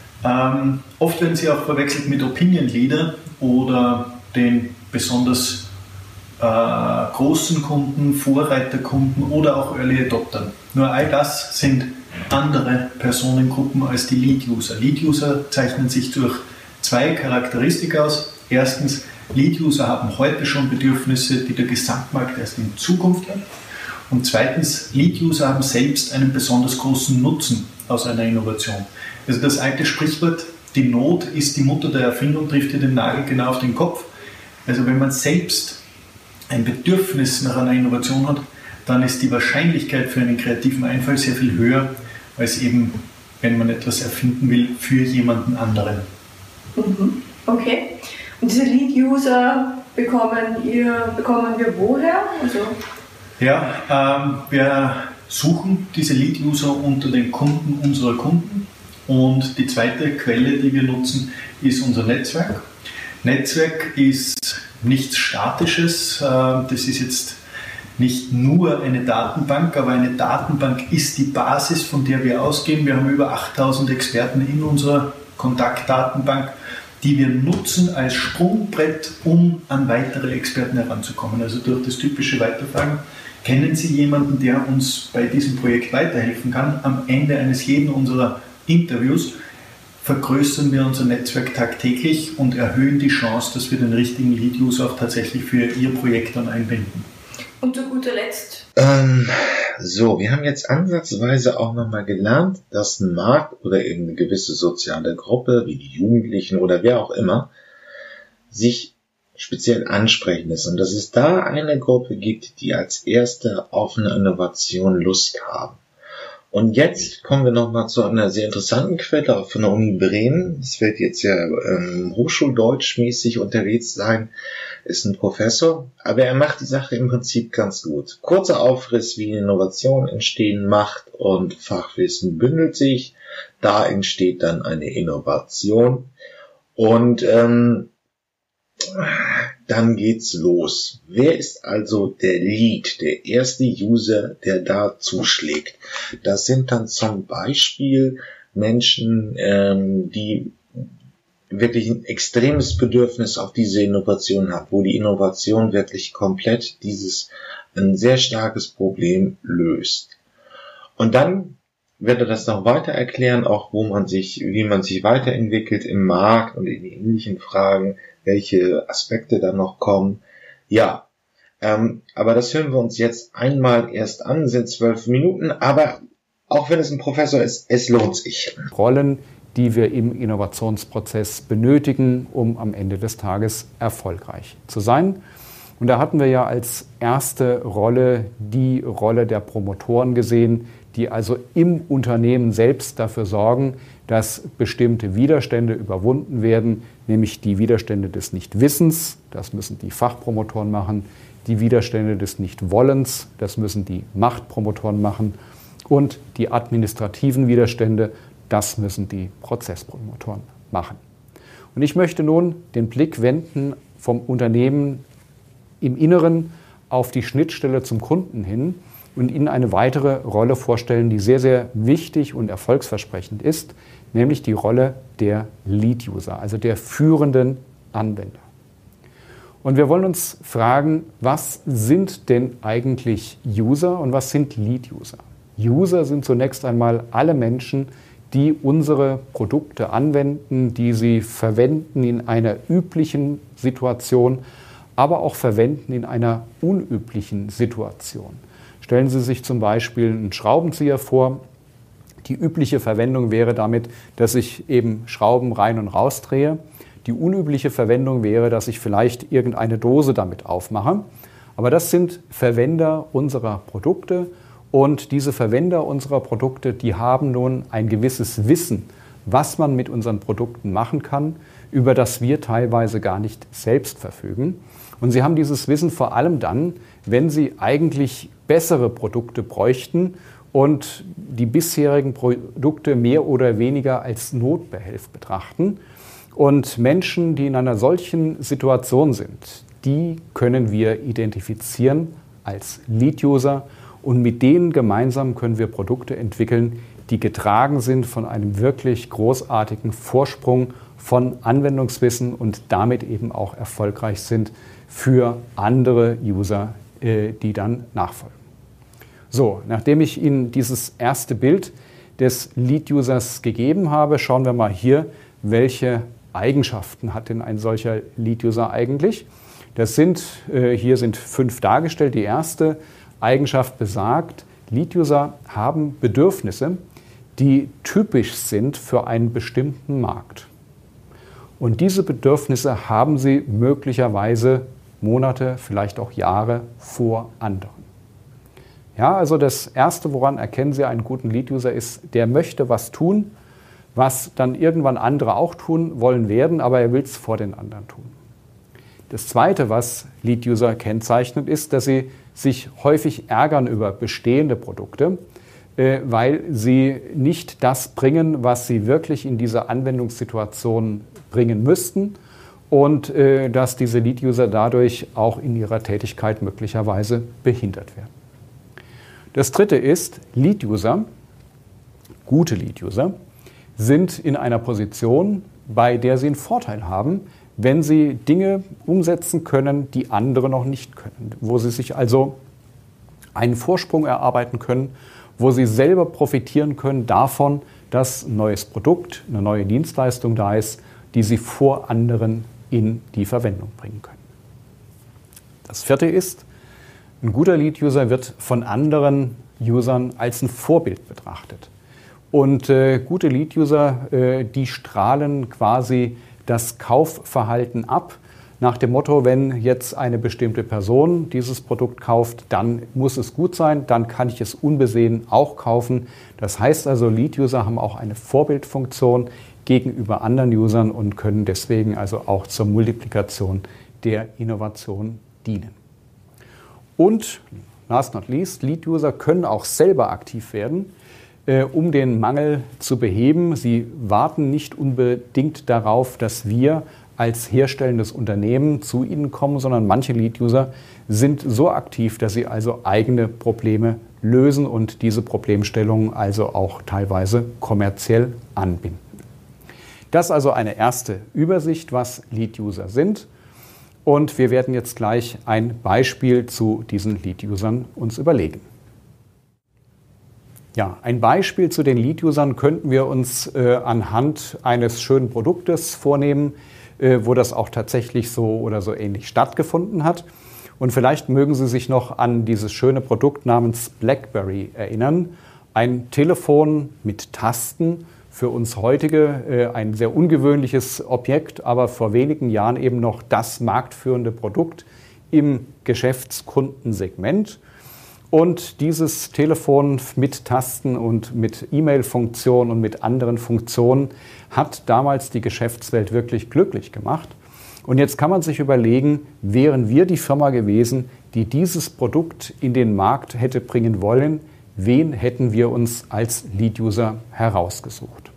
Ähm, oft werden sie auch verwechselt mit Opinion-Leader oder den besonders äh, großen Kunden, Vorreiterkunden oder auch Early Adoptern. Nur all das sind andere Personengruppen als die Lead-User. Lead-User zeichnen sich durch zwei Charakteristika aus. Erstens, Lead-User haben heute schon Bedürfnisse, die der Gesamtmarkt erst in Zukunft hat. Und zweitens, Lead-User haben selbst einen besonders großen Nutzen aus einer Innovation. Also das alte Sprichwort, die Not ist die Mutter der Erfindung, trifft hier den Nagel genau auf den Kopf. Also wenn man selbst ein Bedürfnis nach einer Innovation hat, dann ist die Wahrscheinlichkeit für einen kreativen Einfall sehr viel höher, als eben, wenn man etwas erfinden will, für jemanden anderen. Mhm. Okay. Und diese Lead-User bekommen, ihr, bekommen wir woher? Also ja, ähm, wir suchen diese Lead-User unter den Kunden unserer Kunden und die zweite Quelle, die wir nutzen, ist unser Netzwerk. Netzwerk ist nichts Statisches, äh, das ist jetzt nicht nur eine Datenbank, aber eine Datenbank ist die Basis, von der wir ausgehen. Wir haben über achttausend Experten in unserer Kontaktdatenbank, die wir nutzen als Sprungbrett, um an weitere Experten heranzukommen. Also durch das typische Weiterfragen, kennen Sie jemanden, der uns bei diesem Projekt weiterhelfen kann? Am Ende eines jeden unserer Interviews vergrößern wir unser Netzwerk tagtäglich und erhöhen die Chance, dass wir den richtigen Lead-User auch tatsächlich für Ihr Projekt dann einbinden. Und zu guter Letzt? Ähm, so, wir haben jetzt ansatzweise auch nochmal gelernt, dass ein Markt oder eben eine gewisse soziale Gruppe, wie die Jugendlichen oder wer auch immer, sich speziell ansprechen lässt. Und dass es da eine Gruppe gibt, die als erste auf eine Innovation Lust haben. Und jetzt kommen wir nochmal zu einer sehr interessanten Quelle von der Uni Bremen. Es wird jetzt ja ähm, hochschuldeutschmäßig unterwegs sein, ist ein Professor, aber er macht die Sache im Prinzip ganz gut. Kurzer Aufriss, wie Innovation entstehen macht und Fachwissen bündelt sich. Da entsteht dann eine Innovation und ähm, dann geht's los. Wer ist also der Lead, der erste User, der da zuschlägt? Das sind dann zum Beispiel Menschen, ähm, die wirklich ein extremes Bedürfnis auf diese Innovation haben, wo die Innovation wirklich komplett dieses ein sehr starkes Problem löst. Und dann wird er das noch weiter erklären, auch wo man sich, wie man sich weiterentwickelt im Markt und in ähnlichen Fragen, welche Aspekte da noch kommen. Ja, ähm, aber das hören wir uns jetzt einmal erst an, sind zwölf Minuten, aber auch wenn es ein Professor ist, es lohnt sich. Rollen, die wir im Innovationsprozess benötigen, um am Ende des Tages erfolgreich zu sein. Und da hatten wir ja als erste Rolle die Rolle der Promotoren gesehen, die also im Unternehmen selbst dafür sorgen, dass bestimmte Widerstände überwunden werden, nämlich die Widerstände des Nichtwissens, das müssen die Fachpromotoren machen, die Widerstände des Nichtwollens, das müssen die Machtpromotoren machen und die administrativen Widerstände, das müssen die Prozesspromotoren machen. Und ich möchte nun den Blick wenden vom Unternehmen im Inneren auf die Schnittstelle zum Kunden hin und Ihnen eine weitere Rolle vorstellen, die sehr, sehr wichtig und erfolgsversprechend ist, nämlich die Rolle der Lead-User, also der führenden Anwender. Und wir wollen uns fragen, was sind denn eigentlich User und was sind Lead-User? User sind zunächst einmal alle Menschen, die unsere Produkte anwenden, die sie verwenden in einer üblichen Situation, aber auch verwenden in einer unüblichen Situation. Stellen Sie sich zum Beispiel einen Schraubenzieher vor. Die übliche Verwendung wäre damit, dass ich eben Schrauben rein und raus drehe. Die unübliche Verwendung wäre, dass ich vielleicht irgendeine Dose damit aufmache. Aber das sind Verwender unserer Produkte und diese Verwender unserer Produkte, die haben nun ein gewisses Wissen, was man mit unseren Produkten machen kann, über das wir teilweise gar nicht selbst verfügen. Und sie haben dieses Wissen vor allem dann, wenn sie eigentlich bessere Produkte bräuchten und die bisherigen Produkte mehr oder weniger als Notbehelf betrachten. Und Menschen, die in einer solchen Situation sind, die können wir identifizieren als Lead-User und mit denen gemeinsam können wir Produkte entwickeln, die getragen sind von einem wirklich großartigen Vorsprung von Anwendungswissen und damit eben auch erfolgreich sind für andere User, die dann nachfolgen. So, nachdem ich Ihnen dieses erste Bild des Lead-Users gegeben habe, schauen wir mal hier, welche Eigenschaften hat denn ein solcher Lead-User eigentlich? Das sind, äh, hier sind fünf dargestellt. Die erste Eigenschaft besagt, Lead-User haben Bedürfnisse, die typisch sind für einen bestimmten Markt. Und diese Bedürfnisse haben sie möglicherweise Monate, vielleicht auch Jahre vor anderen. Ja, also das Erste, woran erkennen Sie einen guten Lead-User, ist, der möchte was tun, was dann irgendwann andere auch tun wollen werden, aber er will es vor den anderen tun. Das Zweite, was Lead-User kennzeichnet, ist, dass sie sich häufig ärgern über bestehende Produkte, äh, weil sie nicht das bringen, was sie wirklich in dieser Anwendungssituation bringen müssten und äh, dass diese Lead-User dadurch auch in ihrer Tätigkeit möglicherweise behindert werden. Das Dritte ist, Lead-User, gute Lead-User, sind in einer Position, bei der sie einen Vorteil haben, wenn sie Dinge umsetzen können, die andere noch nicht können, wo sie sich also einen Vorsprung erarbeiten können, wo sie selber profitieren können davon, dass ein neues Produkt, eine neue Dienstleistung da ist, die sie vor anderen in die Verwendung bringen können. Das Vierte ist, ein guter Lead-User wird von anderen Usern als ein Vorbild betrachtet. Und äh, gute Lead-User, äh, die strahlen quasi das Kaufverhalten ab. Nach dem Motto, wenn jetzt eine bestimmte Person dieses Produkt kauft, dann muss es gut sein, dann kann ich es unbesehen auch kaufen. Das heißt also, Lead-User haben auch eine Vorbildfunktion gegenüber anderen Usern und können deswegen also auch zur Multiplikation der Innovation dienen. Und last not least, Lead-User können auch selber aktiv werden, äh, um den Mangel zu beheben. Sie warten nicht unbedingt darauf, dass wir als herstellendes Unternehmen zu ihnen kommen, sondern manche Lead-User sind so aktiv, dass sie also eigene Probleme lösen und diese Problemstellungen also auch teilweise kommerziell anbinden. Das ist also eine erste Übersicht, was Lead-User sind. Und wir werden jetzt gleich ein Beispiel zu diesen Lead-Usern uns überlegen. Ja, ein Beispiel zu den Lead-Usern könnten wir uns äh, anhand eines schönen Produktes vornehmen, äh, wo das auch tatsächlich so oder so ähnlich stattgefunden hat. Und vielleicht mögen Sie sich noch an dieses schöne Produkt namens BlackBerry erinnern. Ein Telefon mit Tasten. Für uns heutige äh, ein sehr ungewöhnliches Objekt, aber vor wenigen Jahren eben noch das marktführende Produkt im Geschäftskundensegment. Und dieses Telefon mit Tasten und mit E-Mail-Funktionen und mit anderen Funktionen hat damals die Geschäftswelt wirklich glücklich gemacht. Und jetzt kann man sich überlegen, wären wir die Firma gewesen, die dieses Produkt in den Markt hätte bringen wollen, wen hätten wir uns als Lead-User herausgesucht?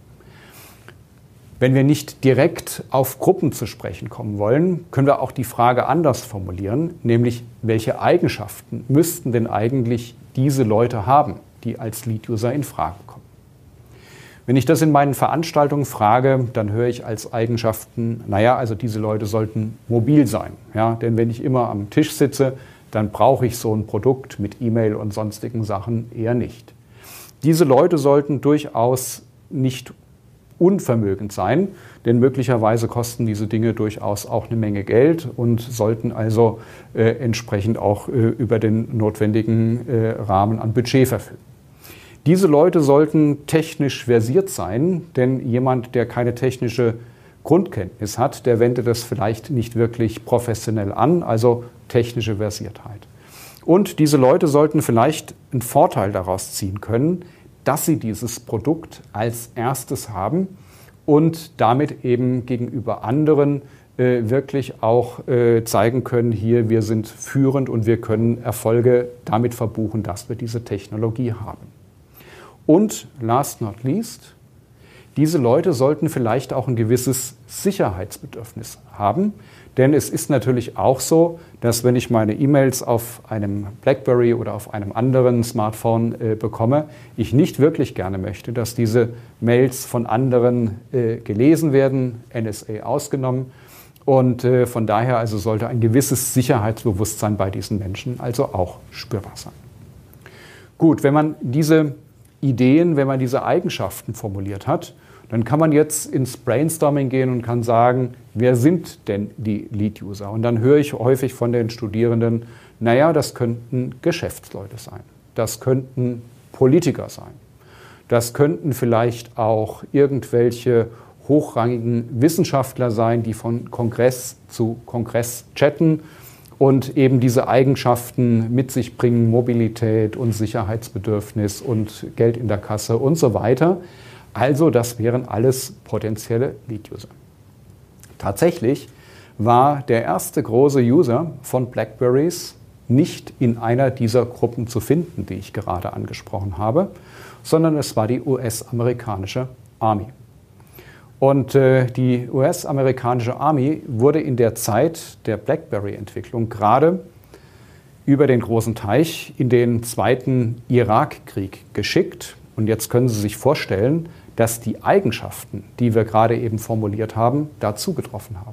Wenn wir nicht direkt auf Gruppen zu sprechen kommen wollen, können wir auch die Frage anders formulieren, nämlich welche Eigenschaften müssten denn eigentlich diese Leute haben, die als Lead-User in Frage kommen? Wenn ich das in meinen Veranstaltungen frage, dann höre ich als Eigenschaften, naja, also diese Leute sollten mobil sein. Ja? Denn wenn ich immer am Tisch sitze, dann brauche ich so ein Produkt mit E-Mail und sonstigen Sachen eher nicht. Diese Leute sollten durchaus nicht unvermögend sein, denn möglicherweise kosten diese Dinge durchaus auch eine Menge Geld und sollten also äh, entsprechend auch äh, über den notwendigen äh, Rahmen an Budget verfügen. Diese Leute sollten technisch versiert sein, denn jemand, der keine technische Grundkenntnis hat, der wendet das vielleicht nicht wirklich professionell an, also technische Versiertheit. Und diese Leute sollten vielleicht einen Vorteil daraus ziehen können, dass sie dieses Produkt als erstes haben und damit eben gegenüber anderen äh, wirklich auch äh, zeigen können, hier, wir sind führend und wir können Erfolge damit verbuchen, dass wir diese Technologie haben. Und last not least, diese Leute sollten vielleicht auch ein gewisses Sicherheitsbedürfnis haben, denn es ist natürlich auch so, dass wenn ich meine E-Mails auf einem BlackBerry oder auf einem anderen Smartphone äh, bekomme, ich nicht wirklich gerne möchte, dass diese Mails von anderen äh, gelesen werden, N S A ausgenommen. Und äh, von daher also sollte ein gewisses Sicherheitsbewusstsein bei diesen Menschen also auch spürbar sein. Gut, wenn man diese Ideen, wenn man diese Eigenschaften formuliert hat, dann kann man jetzt ins Brainstorming gehen und kann sagen, wer sind denn die Lead-User? Und dann höre ich häufig von den Studierenden, naja, das könnten Geschäftsleute sein, das könnten Politiker sein, das könnten vielleicht auch irgendwelche hochrangigen Wissenschaftler sein, die von Kongress zu Kongress chatten und eben diese Eigenschaften mit sich bringen, Mobilität und Sicherheitsbedürfnis und Geld in der Kasse und so weiter. Also das wären alles potenzielle Lead-User. Tatsächlich war der erste große User von BlackBerrys nicht in einer dieser Gruppen zu finden, die ich gerade angesprochen habe, sondern es war die U S-amerikanische Army. Und äh, die U S-amerikanische Army wurde in der Zeit der BlackBerry-Entwicklung gerade über den großen Teich in den zweiten Irakkrieg geschickt. Und jetzt können Sie sich vorstellen, dass die Eigenschaften, die wir gerade eben formuliert haben, da zugetroffen haben.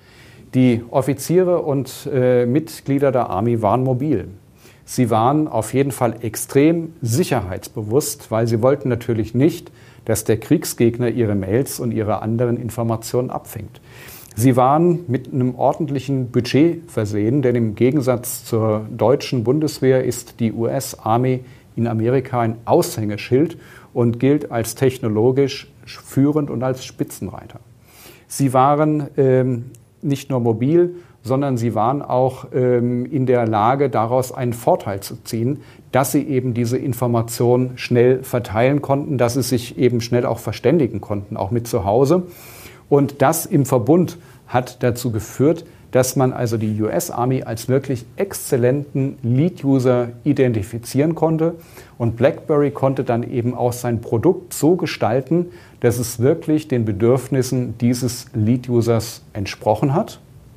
Die Offiziere und äh, Mitglieder der Army waren mobil. Sie waren auf jeden Fall extrem sicherheitsbewusst, weil sie wollten natürlich nicht, dass der Kriegsgegner ihre Mails und ihre anderen Informationen abfängt. Sie waren mit einem ordentlichen Budget versehen, denn im Gegensatz zur deutschen Bundeswehr ist die U S-Army in Amerika ein Aushängeschild und gilt als technologisch führend und als Spitzenreiter. Sie waren ähm, nicht nur mobil, sondern sie waren auch ähm, in der Lage, daraus einen Vorteil zu ziehen, dass sie eben diese Information schnell verteilen konnten, dass sie sich eben schnell auch verständigen konnten, auch mit zu Hause. Und das im Verbund hat dazu geführt, dass man also die U S-Army als wirklich exzellenten Lead-User identifizieren konnte. Und BlackBerry konnte dann eben auch sein Produkt so gestalten, dass es wirklich den Bedürfnissen dieses Lead-Users entsprochen hat.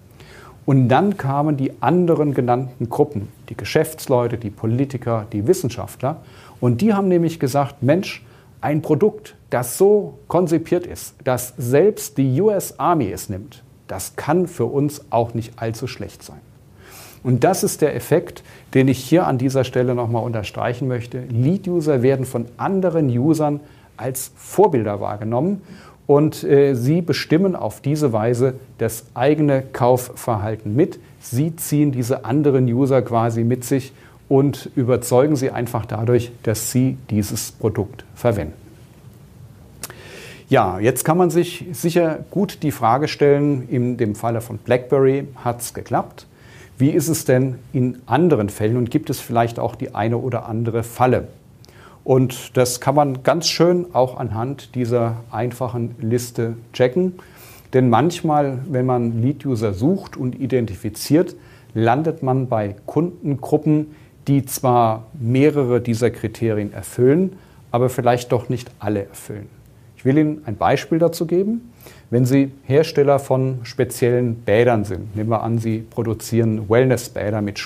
Und dann kamen die anderen genannten Gruppen, die Geschäftsleute, die Politiker, die Wissenschaftler. Und die haben nämlich gesagt, Mensch, ein Produkt, das so konzipiert ist, dass selbst die U S-Army es nimmt, das kann für uns auch nicht allzu schlecht sein. Und das ist der Effekt, den ich hier an dieser Stelle nochmal unterstreichen möchte. Lead-User werden von anderen Usern als Vorbilder wahrgenommen und äh, sie bestimmen auf diese Weise das eigene Kaufverhalten mit. Sie ziehen diese anderen User quasi mit sich und überzeugen sie einfach dadurch, dass sie dieses Produkt verwenden. Ja, jetzt kann man sich sicher gut die Frage stellen, in dem Falle von BlackBerry hat es geklappt. Wie ist es denn in anderen Fällen und gibt es vielleicht auch die eine oder andere Falle? Und das kann man ganz schön auch anhand dieser einfachen Liste checken. Denn manchmal, wenn man Lead-User sucht und identifiziert, landet man bei Kundengruppen, die zwar mehrere dieser Kriterien erfüllen, aber vielleicht doch nicht alle erfüllen. Ich will Ihnen ein Beispiel dazu geben. Wenn Sie Hersteller von speziellen Bädern sind, nehmen wir an, Sie produzieren Wellnessbäder mit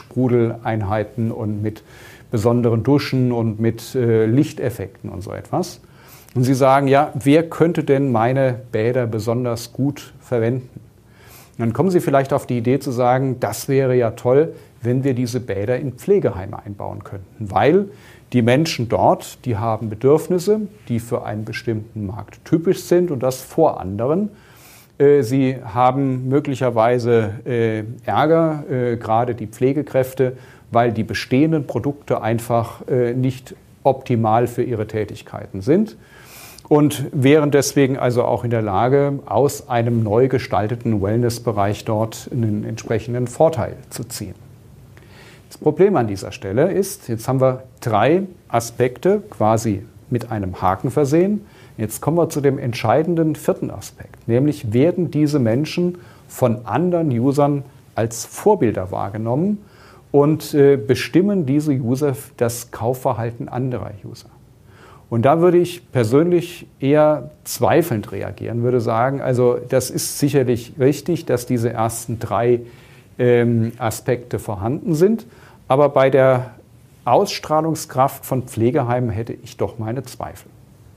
Sprudeleinheiten und mit besonderen Duschen und mit äh, Lichteffekten und so etwas. Und Sie sagen, ja, wer könnte denn meine Bäder besonders gut verwenden? Und dann kommen Sie vielleicht auf die Idee zu sagen, das wäre ja toll, wenn wir diese Bäder in Pflegeheime einbauen könnten, weil die Menschen dort, die haben Bedürfnisse, die für einen bestimmten Markt typisch sind und das vor anderen. Sie haben möglicherweise Ärger, gerade die Pflegekräfte, weil die bestehenden Produkte einfach nicht optimal für ihre Tätigkeiten sind und wären deswegen also auch in der Lage, aus einem neu gestalteten Wellnessbereich dort einen entsprechenden Vorteil zu ziehen. Das Problem an dieser Stelle ist, jetzt haben wir drei Aspekte quasi mit einem Haken versehen. Jetzt kommen wir zu dem entscheidenden vierten Aspekt, nämlich werden diese Menschen von anderen Usern als Vorbilder wahrgenommen und äh, bestimmen diese User das Kaufverhalten anderer User. Und da würde ich persönlich eher zweifelnd reagieren, würde sagen, also das ist sicherlich richtig, dass diese ersten drei ähm, Aspekte vorhanden sind, aber bei der Ausstrahlungskraft von Pflegeheimen hätte ich doch meine Zweifel.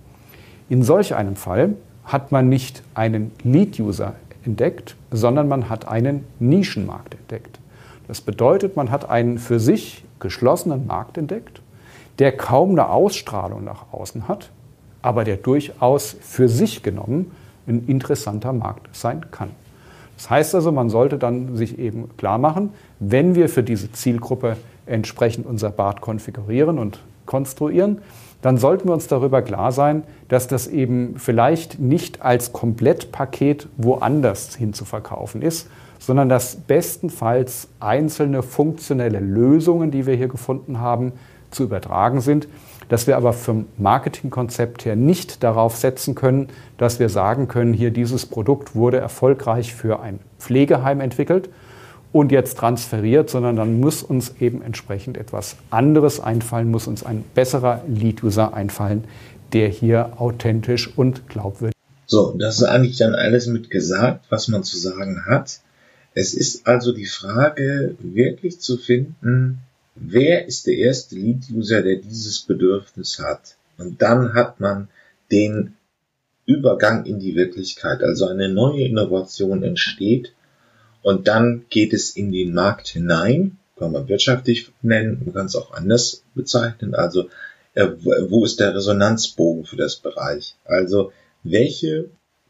In solch einem Fall hat man nicht einen Lead-User entdeckt, sondern man hat einen Nischenmarkt entdeckt. Das bedeutet, man hat einen für sich geschlossenen Markt entdeckt, der kaum eine Ausstrahlung nach außen hat, aber der durchaus für sich genommen ein interessanter Markt sein kann. Das heißt also, man sollte dann sich eben klar machen, wenn wir für diese Zielgruppe entsprechend unser Bad konfigurieren und konstruieren, dann sollten wir uns darüber klar sein, dass das eben vielleicht nicht als Komplettpaket woanders hin zu verkaufen ist, sondern dass bestenfalls einzelne funktionelle Lösungen, die wir hier gefunden haben, zu übertragen sind, dass wir aber vom Marketingkonzept her nicht darauf setzen können, dass wir sagen können, hier dieses Produkt wurde erfolgreich für ein Pflegeheim entwickelt und jetzt transferiert, sondern dann muss uns eben entsprechend etwas anderes einfallen, muss uns ein besserer Lead-User einfallen, der hier authentisch und glaubwürdig ist. So, das ist eigentlich dann alles mit gesagt, was man zu sagen hat. Es ist also die Frage, wirklich zu finden, wer ist der erste Lead-User, der dieses Bedürfnis hat? Und dann hat man den Übergang in die Wirklichkeit, also eine neue Innovation entsteht und dann geht es in den Markt hinein, kann man wirtschaftlich nennen, man kann es auch anders bezeichnen, also äh, wo ist der Resonanzbogen für das Bereich? Also welche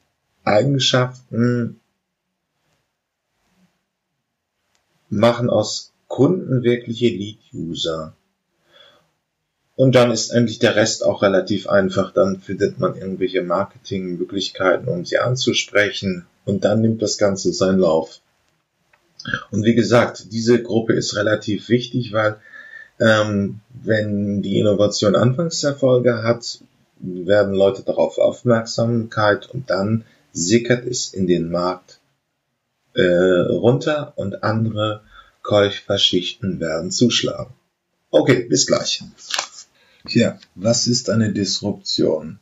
Eigenschaften machen aus Kunden wirkliche Lead-User? Und dann ist eigentlich der Rest auch relativ einfach. Dann findet man irgendwelche Marketingmöglichkeiten, um sie anzusprechen. Und dann nimmt das Ganze seinen Lauf. Und wie gesagt, diese Gruppe ist relativ wichtig, weil ähm, wenn die Innovation Anfangserfolge hat, werden Leute darauf Aufmerksamkeit und dann sickert es in den Markt äh, runter und andere Käuferschichten werden zuschlagen. Okay, bis gleich. Tja, was ist eine Disruption?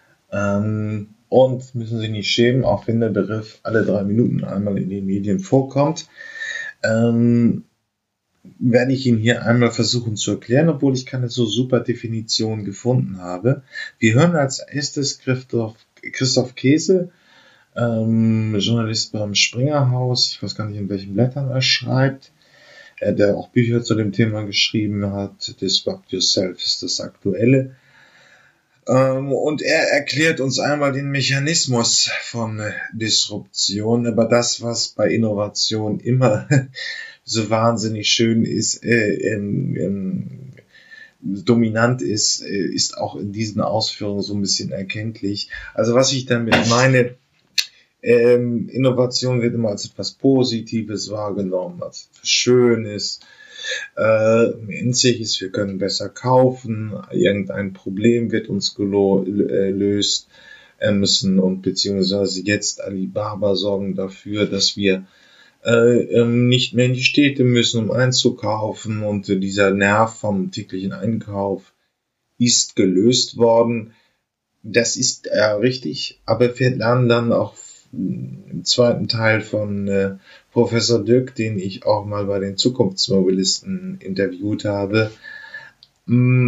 Ähm, und müssen Sie nicht schämen, auch wenn der Begriff alle drei Minuten einmal in den Medien vorkommt, ähm, werde ich ihn hier einmal versuchen zu erklären, obwohl ich keine so super Definition gefunden habe. Wir hören als erstes Christoph, Christoph Käse, ähm, Journalist beim Springer-Haus, ich weiß gar nicht, in welchen Blättern er schreibt, äh, der auch Bücher zu dem Thema geschrieben hat. Disrupt Yourself ist das Aktuelle. Ähm, und er erklärt uns einmal den Mechanismus von äh, Disruption, aber das, was bei Innovation immer so wahnsinnig schön ist, äh, ähm, ähm, dominant ist, äh, ist auch in diesen Ausführungen so ein bisschen erkenntlich. Also was ich damit meine, ähm, Innovation wird immer als etwas Positives wahrgenommen, als etwas Schönes, äh, Einziges, wir können besser kaufen, irgendein Problem wird uns gelöst äh, müssen und beziehungsweise jetzt Alibaba sorgen dafür, dass wir äh, nicht mehr in die Städte müssen, um einzukaufen und äh, dieser Nerv vom täglichen Einkauf ist gelöst worden. Das ist äh, richtig, aber wir lernen dann auch im zweiten Teil von äh, Professor Dirk, den ich auch mal bei den Zukunftsmobilisten interviewt habe, mh,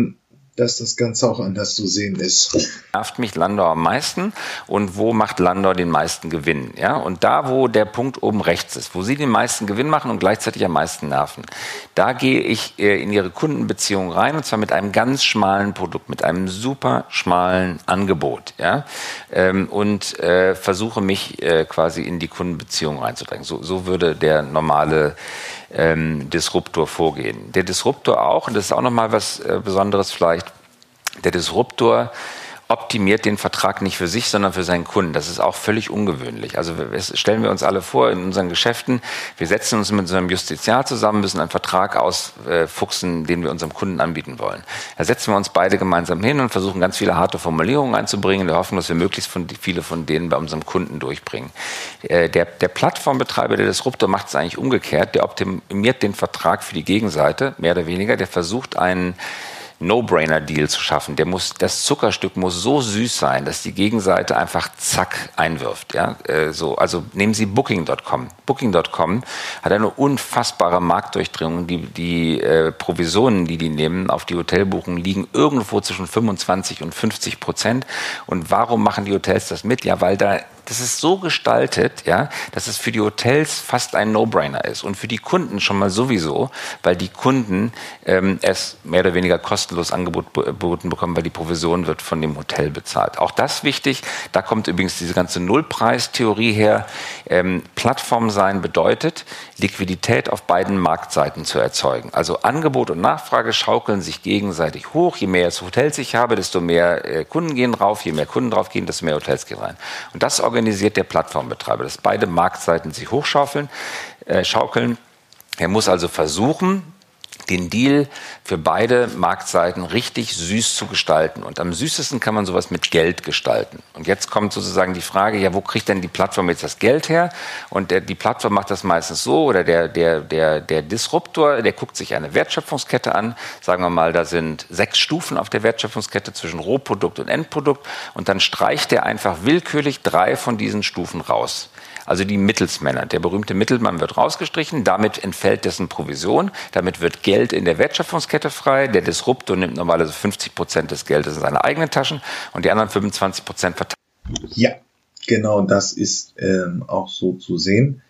dass das Ganze auch anders zu sehen ist. Nervt mich Landau am meisten und wo macht Landau den meisten Gewinn? Ja? Und da, wo der Punkt oben rechts ist, wo Sie den meisten Gewinn machen und gleichzeitig am meisten nerven, da gehe ich äh, in Ihre Kundenbeziehung rein und zwar mit einem ganz schmalen Produkt, mit einem super schmalen Angebot, ja? ähm, und äh, versuche mich äh, quasi in die Kundenbeziehung reinzudrängen. So, so würde der normale ähm, Disruptor vorgehen. Der Disruptor auch, und das ist auch nochmal was äh, Besonderes vielleicht, der Disruptor optimiert den Vertrag nicht für sich, sondern für seinen Kunden. Das ist auch völlig ungewöhnlich. Also stellen wir uns alle vor in unseren Geschäften, wir setzen uns mit unserem Justiziar zusammen, müssen einen Vertrag ausfuchsen, den wir unserem Kunden anbieten wollen. Da setzen wir uns beide gemeinsam hin und versuchen ganz viele harte Formulierungen einzubringen, in der Hoffnung, dass wir möglichst von, viele von denen bei unserem Kunden durchbringen. Der, der Plattformbetreiber, der Disruptor, macht es eigentlich umgekehrt. Der optimiert den Vertrag für die Gegenseite, mehr oder weniger. Der versucht einen No-Brainer-Deal zu schaffen. Der muss, das Zuckerstück muss so süß sein, dass die Gegenseite einfach zack einwirft. Ja, äh, so, also nehmen Sie Booking Punkt com. Booking Punkt com hat eine unfassbare Marktdurchdringung. Die, die äh, Provisionen, die die nehmen auf die Hotelbuchung, liegen irgendwo zwischen fünfundzwanzig und fünfzig Prozent. Und warum machen die Hotels das mit? Ja, weil da das ist so gestaltet, ja, dass es für die Hotels fast ein No-Brainer ist und für die Kunden schon mal sowieso, weil die Kunden ähm, es mehr oder weniger kostenlos angeboten bekommen, weil die Provision wird von dem Hotel bezahlt. Auch das wichtig, da kommt übrigens diese ganze Nullpreistheorie her. Ähm, Plattform sein bedeutet, Liquidität auf beiden Marktseiten zu erzeugen. Also Angebot und Nachfrage schaukeln sich gegenseitig hoch. Je mehr Hotels ich habe, desto mehr äh, Kunden gehen drauf. Je mehr Kunden drauf gehen, desto mehr Hotels gehen rein. Und das organisiert der Plattformbetreiber, dass beide Marktseiten sich hochschaukeln. Äh, schaukeln. Er muss also versuchen, den Deal für beide Marktseiten richtig süß zu gestalten. Und am süßesten kann man sowas mit Geld gestalten. Und jetzt kommt sozusagen die Frage, ja, wo kriegt denn die Plattform jetzt das Geld her? Und der, die Plattform macht das meistens so, oder der, der, der, der Disruptor, der guckt sich eine Wertschöpfungskette an. Sagen wir mal, da sind sechs Stufen auf der Wertschöpfungskette zwischen Rohprodukt und Endprodukt. Und dann streicht er einfach willkürlich drei von diesen Stufen raus. Also die Mittelsmänner. Der berühmte Mittelmann wird rausgestrichen, damit entfällt dessen Provision, damit wird Geld in der Wertschöpfungskette frei. Der Disruptor nimmt normalerweise fünfzig Prozent des Geldes in seine eigenen Taschen und die anderen fünfundzwanzig Prozent verteilen. Ja, genau, das ist ähm, auch so zu sehen.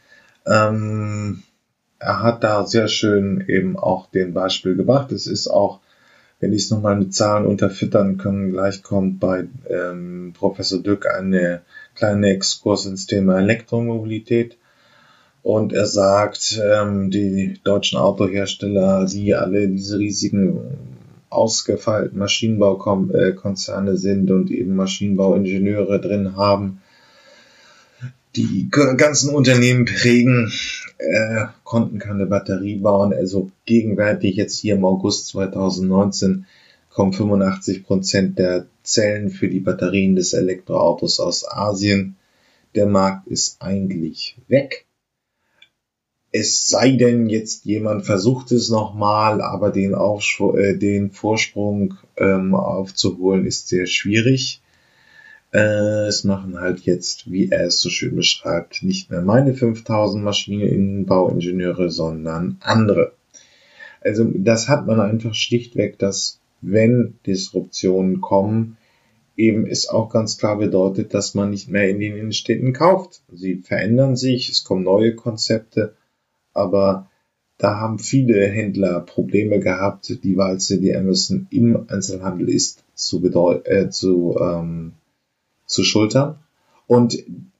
Ähm, er hat da sehr schön eben auch den Beispiel gebracht. Es ist auch, wenn ich es nochmal mit Zahlen unterfüttern kann, gleich kommt bei ähm, Professor Dück eine kleine Exkurs ins Thema Elektromobilität. Und er sagt, ähm, die deutschen Autohersteller, die alle diese riesigen ausgefeilten Maschinenbaukonzerne sind und eben Maschinenbauingenieure drin haben, die ganzen Unternehmen prägen, äh, konnten keine Batterie bauen. Also gegenwärtig jetzt hier im August zweitausendneunzehn kommen fünfundachtzig Prozent der Zellen für die Batterien des Elektroautos aus Asien. Der Markt ist eigentlich weg. Es sei denn, jetzt jemand versucht es nochmal, aber den, Aufschw- äh, den Vorsprung ähm, aufzuholen ist sehr schwierig. Äh, es machen halt jetzt, wie er es so schön beschreibt, nicht mehr meine fünftausend Maschinenbauingenieure, sondern andere. Also das hat man einfach schlichtweg, dass wenn Disruptionen kommen, eben es auch ganz klar bedeutet, dass man nicht mehr in den Innenstädten kauft. Sie verändern sich, es kommen neue Konzepte, aber da haben viele Händler Probleme gehabt, die Walze, die Amazon im Einzelhandel ist, zu, bedeut- äh, zu, ähm, zu schultern. Und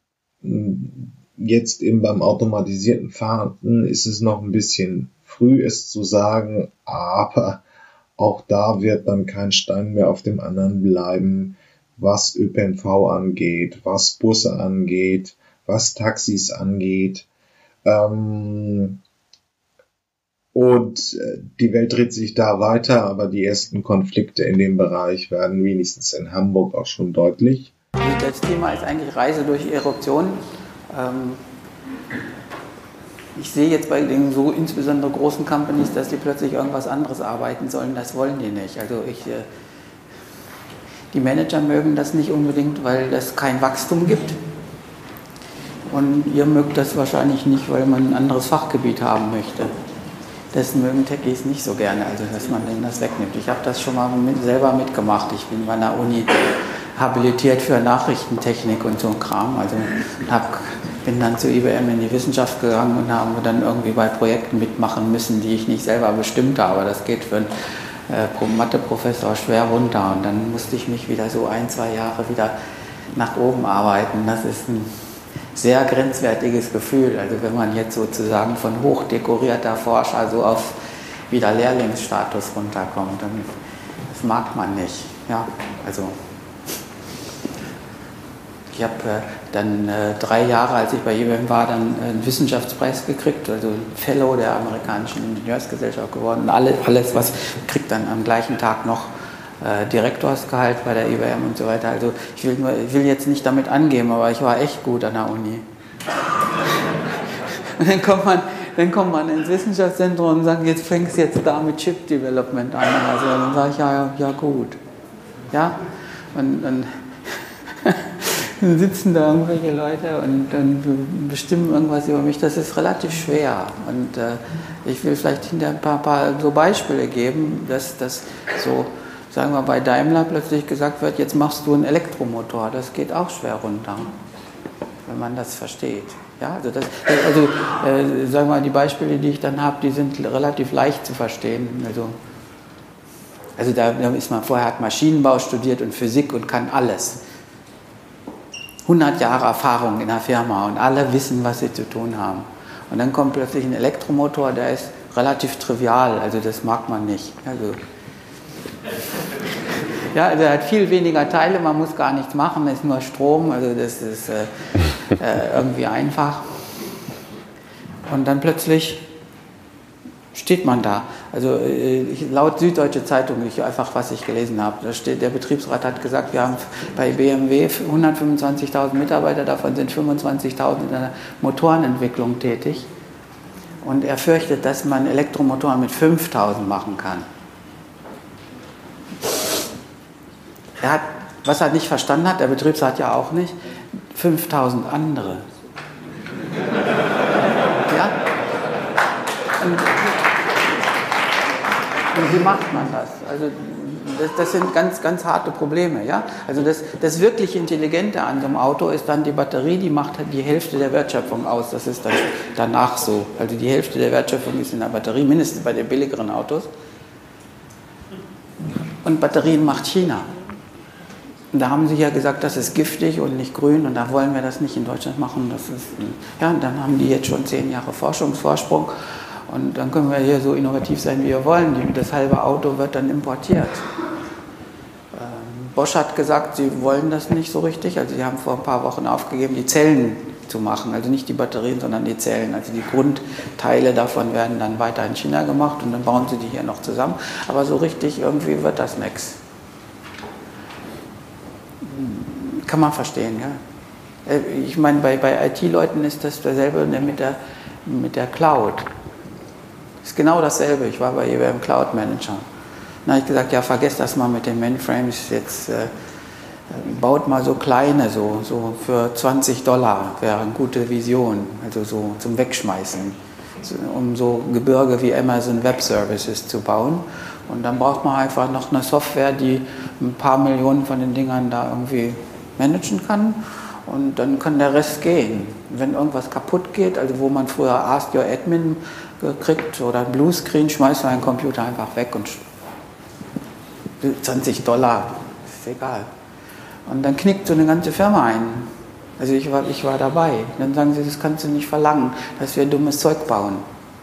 jetzt eben beim automatisierten Fahren ist es noch ein bisschen früh, es zu sagen, aber auch da wird dann kein Stein mehr auf dem anderen bleiben, was Ö P N V angeht, was Busse angeht, was Taxis angeht. Ähm, und die Welt dreht sich da weiter, aber die ersten Konflikte in dem Bereich werden wenigstens in Hamburg auch schon deutlich. Das Thema ist eigentlich Reise durch Eruption. Ähm, ich sehe jetzt bei den so insbesondere großen Companies, dass die plötzlich irgendwas anderes arbeiten sollen. Das wollen die nicht. Also ich, äh, die Manager mögen das nicht unbedingt, weil es kein Wachstum gibt. Und ihr mögt das wahrscheinlich nicht, weil man ein anderes Fachgebiet haben möchte. das mögen Techies nicht so gerne, also dass man denen das wegnimmt. Ich habe das schon mal mit, selber mitgemacht. Ich bin bei einer Uni habilitiert für Nachrichtentechnik und so ein Kram. Also hab, bin dann zu I B M in die Wissenschaft gegangen und habe dann irgendwie bei Projekten mitmachen müssen, die ich nicht selber bestimmt habe. Das geht für einen äh, Mathe-Professor schwer runter. Und dann musste ich mich wieder so ein, zwei Jahre wieder nach oben arbeiten. Das ist ein sehr grenzwertiges Gefühl. Also wenn man jetzt sozusagen von hochdekorierter Forscher so auf wieder Lehrlingsstatus runterkommt, dann das mag man nicht. Ja, also ich habe äh, dann äh, drei Jahre, als ich bei I B M war, dann äh, einen Wissenschaftspreis gekriegt, also Fellow der amerikanischen Ingenieursgesellschaft geworden. Alle, alles, was kriegt dann am gleichen Tag noch äh, Direktorsgehalt bei der I B M und so weiter. Also ich will, nur, ich will jetzt nicht damit angeben, aber ich war echt gut an der Uni. Und dann kommt man, dann kommt man ins Wissenschaftszentrum und sagt, jetzt fängst du jetzt da mit Chip Development an. Also dann sage ich, ja, ja gut. Ja, und, und dann sitzen da irgendwelche Leute und dann bestimmen irgendwas über mich. Das ist relativ schwer. Und äh, ich will vielleicht hinterher ein paar, paar so Beispiele geben, dass das so, sagen wir, bei Daimler plötzlich gesagt wird, jetzt machst du einen Elektromotor. Das geht auch schwer runter, wenn man das versteht. Ja, also das, also äh, sagen wir mal, die Beispiele, die ich dann habe, die sind relativ leicht zu verstehen. Also, also da ist man vorher hat Maschinenbau studiert und Physik und kann alles. hundert Jahre Erfahrung in der Firma und alle wissen, was sie zu tun haben. Und dann kommt plötzlich ein Elektromotor, der ist relativ trivial, also das mag man nicht. Also, ja, also er hat viel weniger Teile, man muss gar nichts machen, es ist nur Strom, also das ist äh, äh, irgendwie einfach. Und dann plötzlich steht man da. Also ich, laut Süddeutsche Zeitung, ich, einfach was ich gelesen habe, da steht, der Betriebsrat hat gesagt, wir haben bei B M W hundertfünfundzwanzigtausend Mitarbeiter, davon sind fünfundzwanzigtausend in der Motorenentwicklung tätig. Und er fürchtet, dass man Elektromotoren mit fünftausend machen kann. Er hat, was er nicht verstanden hat, der Betriebsrat ja auch nicht, fünftausend andere. Ja? Und, Und wie macht man das? Also das, das sind ganz, ganz harte Probleme. Ja? Also das, das wirklich Intelligente an so einem Auto ist dann die Batterie, die macht die Hälfte der Wertschöpfung aus. Das ist dann danach so. Also die Hälfte der Wertschöpfung ist in der Batterie, mindestens bei den billigeren Autos. Und Batterien macht China. Und da haben sie ja gesagt, das ist giftig und nicht grün und da wollen wir das nicht in Deutschland machen. Das ist, ja, und dann haben die jetzt schon zehn Jahre Forschungsvorsprung. Und dann können wir hier so innovativ sein, wie wir wollen. Das halbe Auto wird dann importiert. Ähm, Bosch hat gesagt, sie wollen das nicht so richtig. Also sie haben vor ein paar Wochen aufgegeben, die Zellen zu machen. Also nicht die Batterien, sondern die Zellen. Also die Grundteile davon werden dann weiter in China gemacht und dann bauen sie die hier noch zusammen. Aber so richtig irgendwie wird das nichts. Kann man verstehen, ja. Ich meine, bei, bei I T-Leuten ist das dasselbe mit der, mit der Cloud. Ist genau dasselbe. Ich war bei I B M Cloud Manager. Dann habe ich gesagt, ja, vergesst das mal mit den Mainframes. Jetzt äh, baut mal so kleine, so, so für zwanzig Dollar wäre eine gute Vision. Also so zum Wegschmeißen. So, um so Gebirge wie Amazon Web Services zu bauen. Und dann braucht man einfach noch eine Software, die ein paar Millionen von den Dingern da irgendwie managen kann. Und dann kann der Rest gehen. Wenn irgendwas kaputt geht, also wo man früher Ask Your Admin gekriegt oder ein Bluescreen, schmeißt man den Computer einfach weg und zwanzig Dollar, ist egal. Und dann knickt so eine ganze Firma ein. Also ich war, ich war dabei. Dann sagen sie, das kannst du nicht verlangen, dass wir dummes Zeug bauen.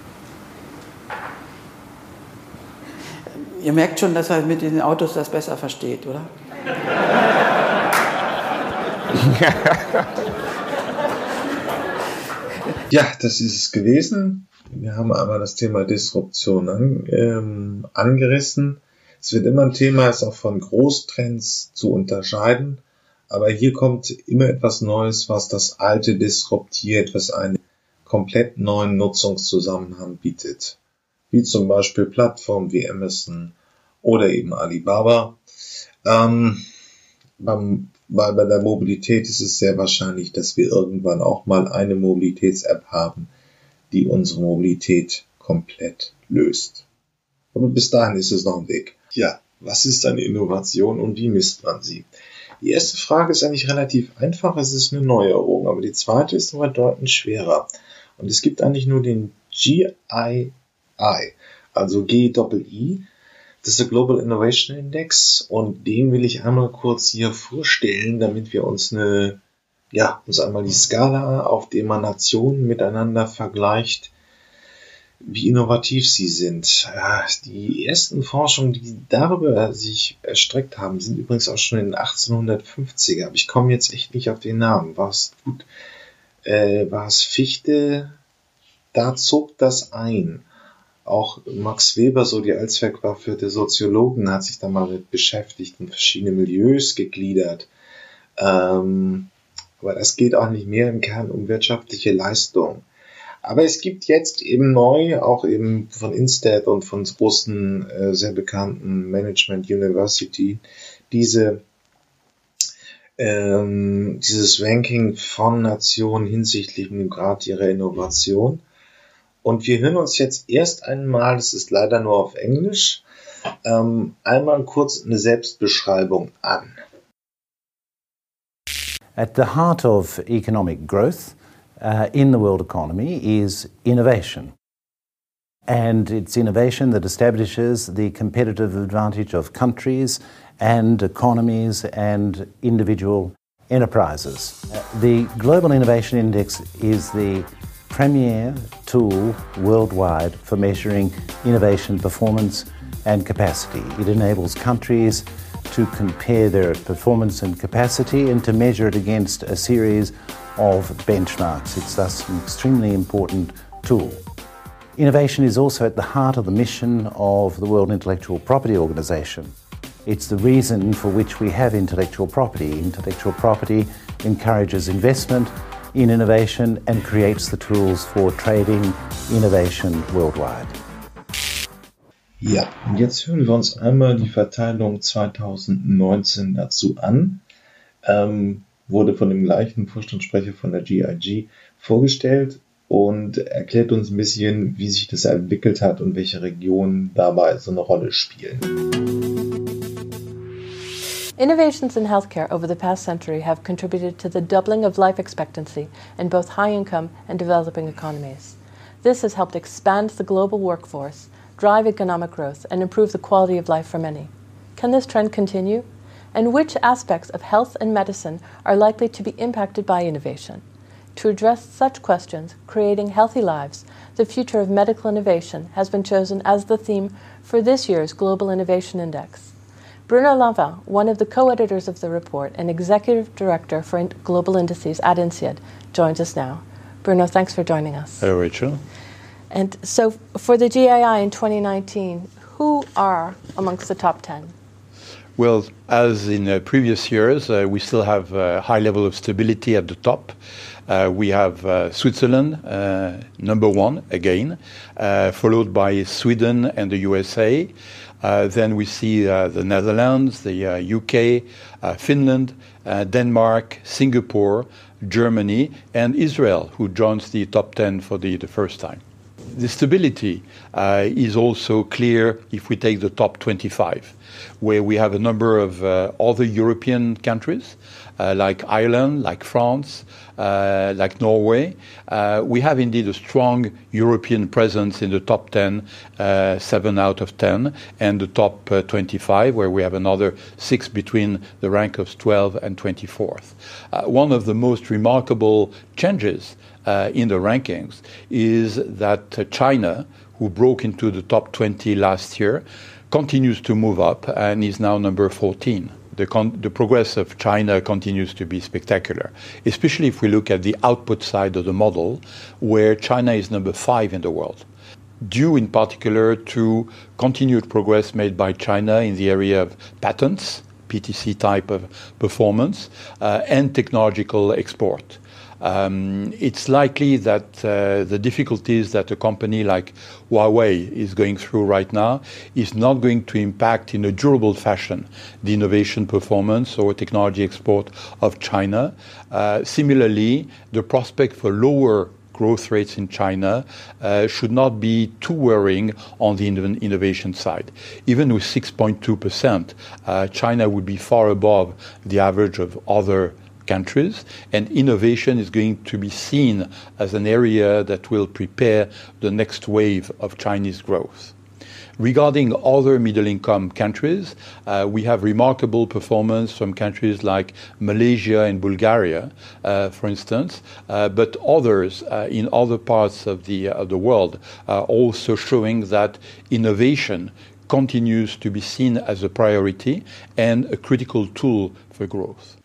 Ihr merkt schon, dass er mit den Autos das besser versteht, oder? Ja, das ist es gewesen. Wir haben aber das Thema Disruption an, ähm, angerissen. Es wird immer ein Thema, ist auch von Großtrends zu unterscheiden. Aber hier kommt immer etwas Neues, was das Alte disruptiert, was einen komplett neuen Nutzungszusammenhang bietet. Wie zum Beispiel Plattformen wie Amazon oder eben Alibaba. Ähm, beim Weil bei der Mobilität ist es sehr wahrscheinlich, dass wir irgendwann auch mal eine Mobilitäts-App haben, die unsere Mobilität komplett löst. Aber bis dahin ist es noch ein Weg. Ja, was ist eine Innovation und wie misst man sie? Die erste Frage ist eigentlich relativ einfach, es ist eine Neuerung, aber die zweite ist noch bedeutend schwerer. Und es gibt eigentlich nur den G I I, also G I I, das ist der Global Innovation Index, und den will ich einmal kurz hier vorstellen, damit wir uns eine, ja, uns einmal die Skala, auf der man Nationen miteinander vergleicht, wie innovativ sie sind. Ja, die ersten Forschungen, die darüber sich erstreckt haben, sind übrigens auch schon in den achtzehnhundertfünfziger. Aber ich komme jetzt echt nicht auf den Namen. War es gut? Äh, war es Fichte? Da zog das ein. Auch Max Weber, so die Allzweckwaffe der Soziologen, hat sich da mal mit beschäftigt und verschiedene Milieus gegliedert. Ähm, aber das geht auch nicht mehr im Kern um wirtschaftliche Leistung. Aber es gibt jetzt eben neu, auch eben von Instead und von großen, äh, sehr bekannten Management University, diese, ähm, dieses Ranking von Nationen hinsichtlich dem Grad ihrer Innovation. Und wir hören uns jetzt erst einmal, das ist leider nur auf Englisch, ähm, einmal kurz eine Selbstbeschreibung an. At the heart of economic growth Uh, in the world economy is innovation. And it's innovation that establishes the competitive advantage of countries and economies and individual enterprises. Uh, the Global Innovation Index is the premier tool worldwide for measuring innovation performance and capacity. It enables countries to compare their performance and capacity and to measure it against a series of benchmarks. It's thus an extremely important tool. Innovation is also at the heart of the mission of the World Intellectual Property Organization. It's the reason for which we have intellectual property. Intellectual property encourages investment in innovation and creates the tools for trading innovation worldwide. Ja, und jetzt hören wir uns einmal die Verteilung zweitausendneunzehn dazu an. Ähm, wurde von dem gleichen Vorstandssprecher von der G I G vorgestellt und erklärt uns ein bisschen, wie sich das entwickelt hat und welche Regionen dabei so eine Rolle spielen. Innovations in healthcare over the past century have contributed to the doubling of life expectancy in both high-income and developing economies. This has helped expand the global workforce, drive economic growth, and improve the quality of life for many. Can this trend continue? And which aspects of health and medicine are likely to be impacted by innovation? To address such questions, Creating Healthy Lives, the Future of Medical Innovation, has been chosen as the theme for this year's Global Innovation Index. Bruno Lanvin, one of the co-editors of the report and executive director for global indices at INSEAD, joins us now. Bruno, thanks for joining us. Hello, Rachel. And so for the G I I in twenty nineteen, who are amongst the top ten? Well, as in uh, previous years, uh, we still have a high level of stability at the top. Uh, we have uh, Switzerland, uh, number one again, uh, followed by Sweden and the U S A. Uh, then we see uh, the Netherlands, the uh, U K, uh, Finland, uh, Denmark, Singapore, Germany, and Israel, who joins the top ten for the, the first time. The stability uh, is also clear if we take the top twenty-five, where we have a number of uh, other European countries, uh, like Ireland, like France, uh, like Norway. Uh, we have indeed a strong European presence in the top ten, uh, seven out of ten, and the top uh, twenty-five, where we have another six between the rank of twelve and twenty-fourth. Uh, one of the most remarkable changes Uh, in the rankings is that uh, China, who broke into the top twenty last year, continues to move up and is now number fourteen. The, con- the progress of China continues to be spectacular, especially if we look at the output side of the model, where China is number five in the world, due in particular to continued progress made by China in the area of patents, P T C type of performance, uh, and technological export. Um, it's likely that uh, the difficulties that a company like Huawei is going through right now is not going to impact in a durable fashion the innovation performance or technology export of China. Uh, similarly, the prospect for lower growth rates in China uh, should not be too worrying on the innovation side. Even with six point two percent, uh, China would be far above the average of other countries, and innovation is going to be seen as an area that will prepare the next wave of Chinese growth. Regarding other middle-income countries, uh, we have remarkable performance from countries like Malaysia and Bulgaria, uh, for instance, uh, but others uh, in other parts of the, uh, the world are also showing that innovation continues to be seen as a priority and a critical tool for growth.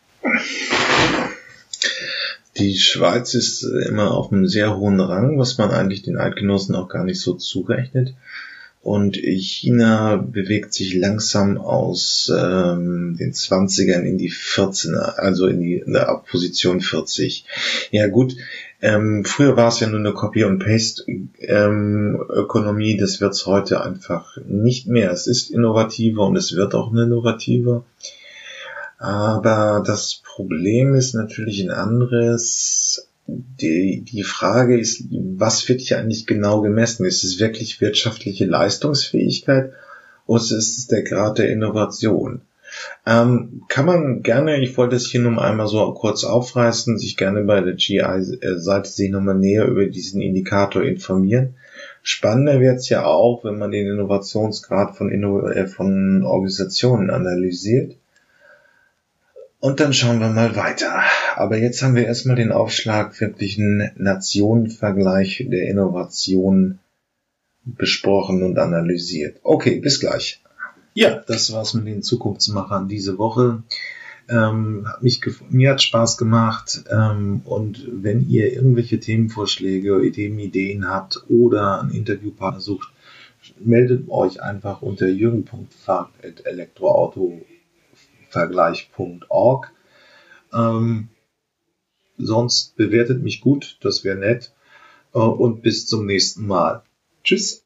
Die Schweiz ist immer auf einem sehr hohen Rang, was man eigentlich den Eidgenossen auch gar nicht so zurechnet. Und China bewegt sich langsam aus ähm, den zwanzigern in die vierzehner, also in die in der Position vierzig. Ja gut, ähm, früher war es ja nur eine Copy-and-Paste-Ökonomie, ähm, das wird es heute einfach nicht mehr. Es ist innovativer und es wird auch innovativer. Aber das Problem ist natürlich ein anderes. Die, die Frage ist, was wird hier eigentlich genau gemessen? Ist es wirklich wirtschaftliche Leistungsfähigkeit oder ist es der Grad der Innovation? Ähm, kann man gerne, ich wollte es hier nur einmal so kurz aufreißen, sich gerne bei der G I-Seite sich nochmal näher über diesen Indikator informieren. Spannender wird es ja auch, wenn man den Innovationsgrad von, Inno- äh, von Organisationen analysiert. Und dann schauen wir mal weiter. Aber jetzt haben wir erstmal den aufschlaggebenden Nationenvergleich der Innovation besprochen und analysiert. Okay, bis gleich. Ja, das war's mit den Zukunftsmachern diese Woche. Ähm, hat mich gef- mir hat Spaß gemacht. Ähm, und wenn ihr irgendwelche Themenvorschläge, Ideen, Ideen habt oder einen Interviewpartner sucht, meldet euch einfach unter jürgen punkt fahrt at elektroauto vergleich punkt org. Ähm, sonst bewertet mich gut, das wäre nett. Äh, und bis zum nächsten Mal. Tschüss.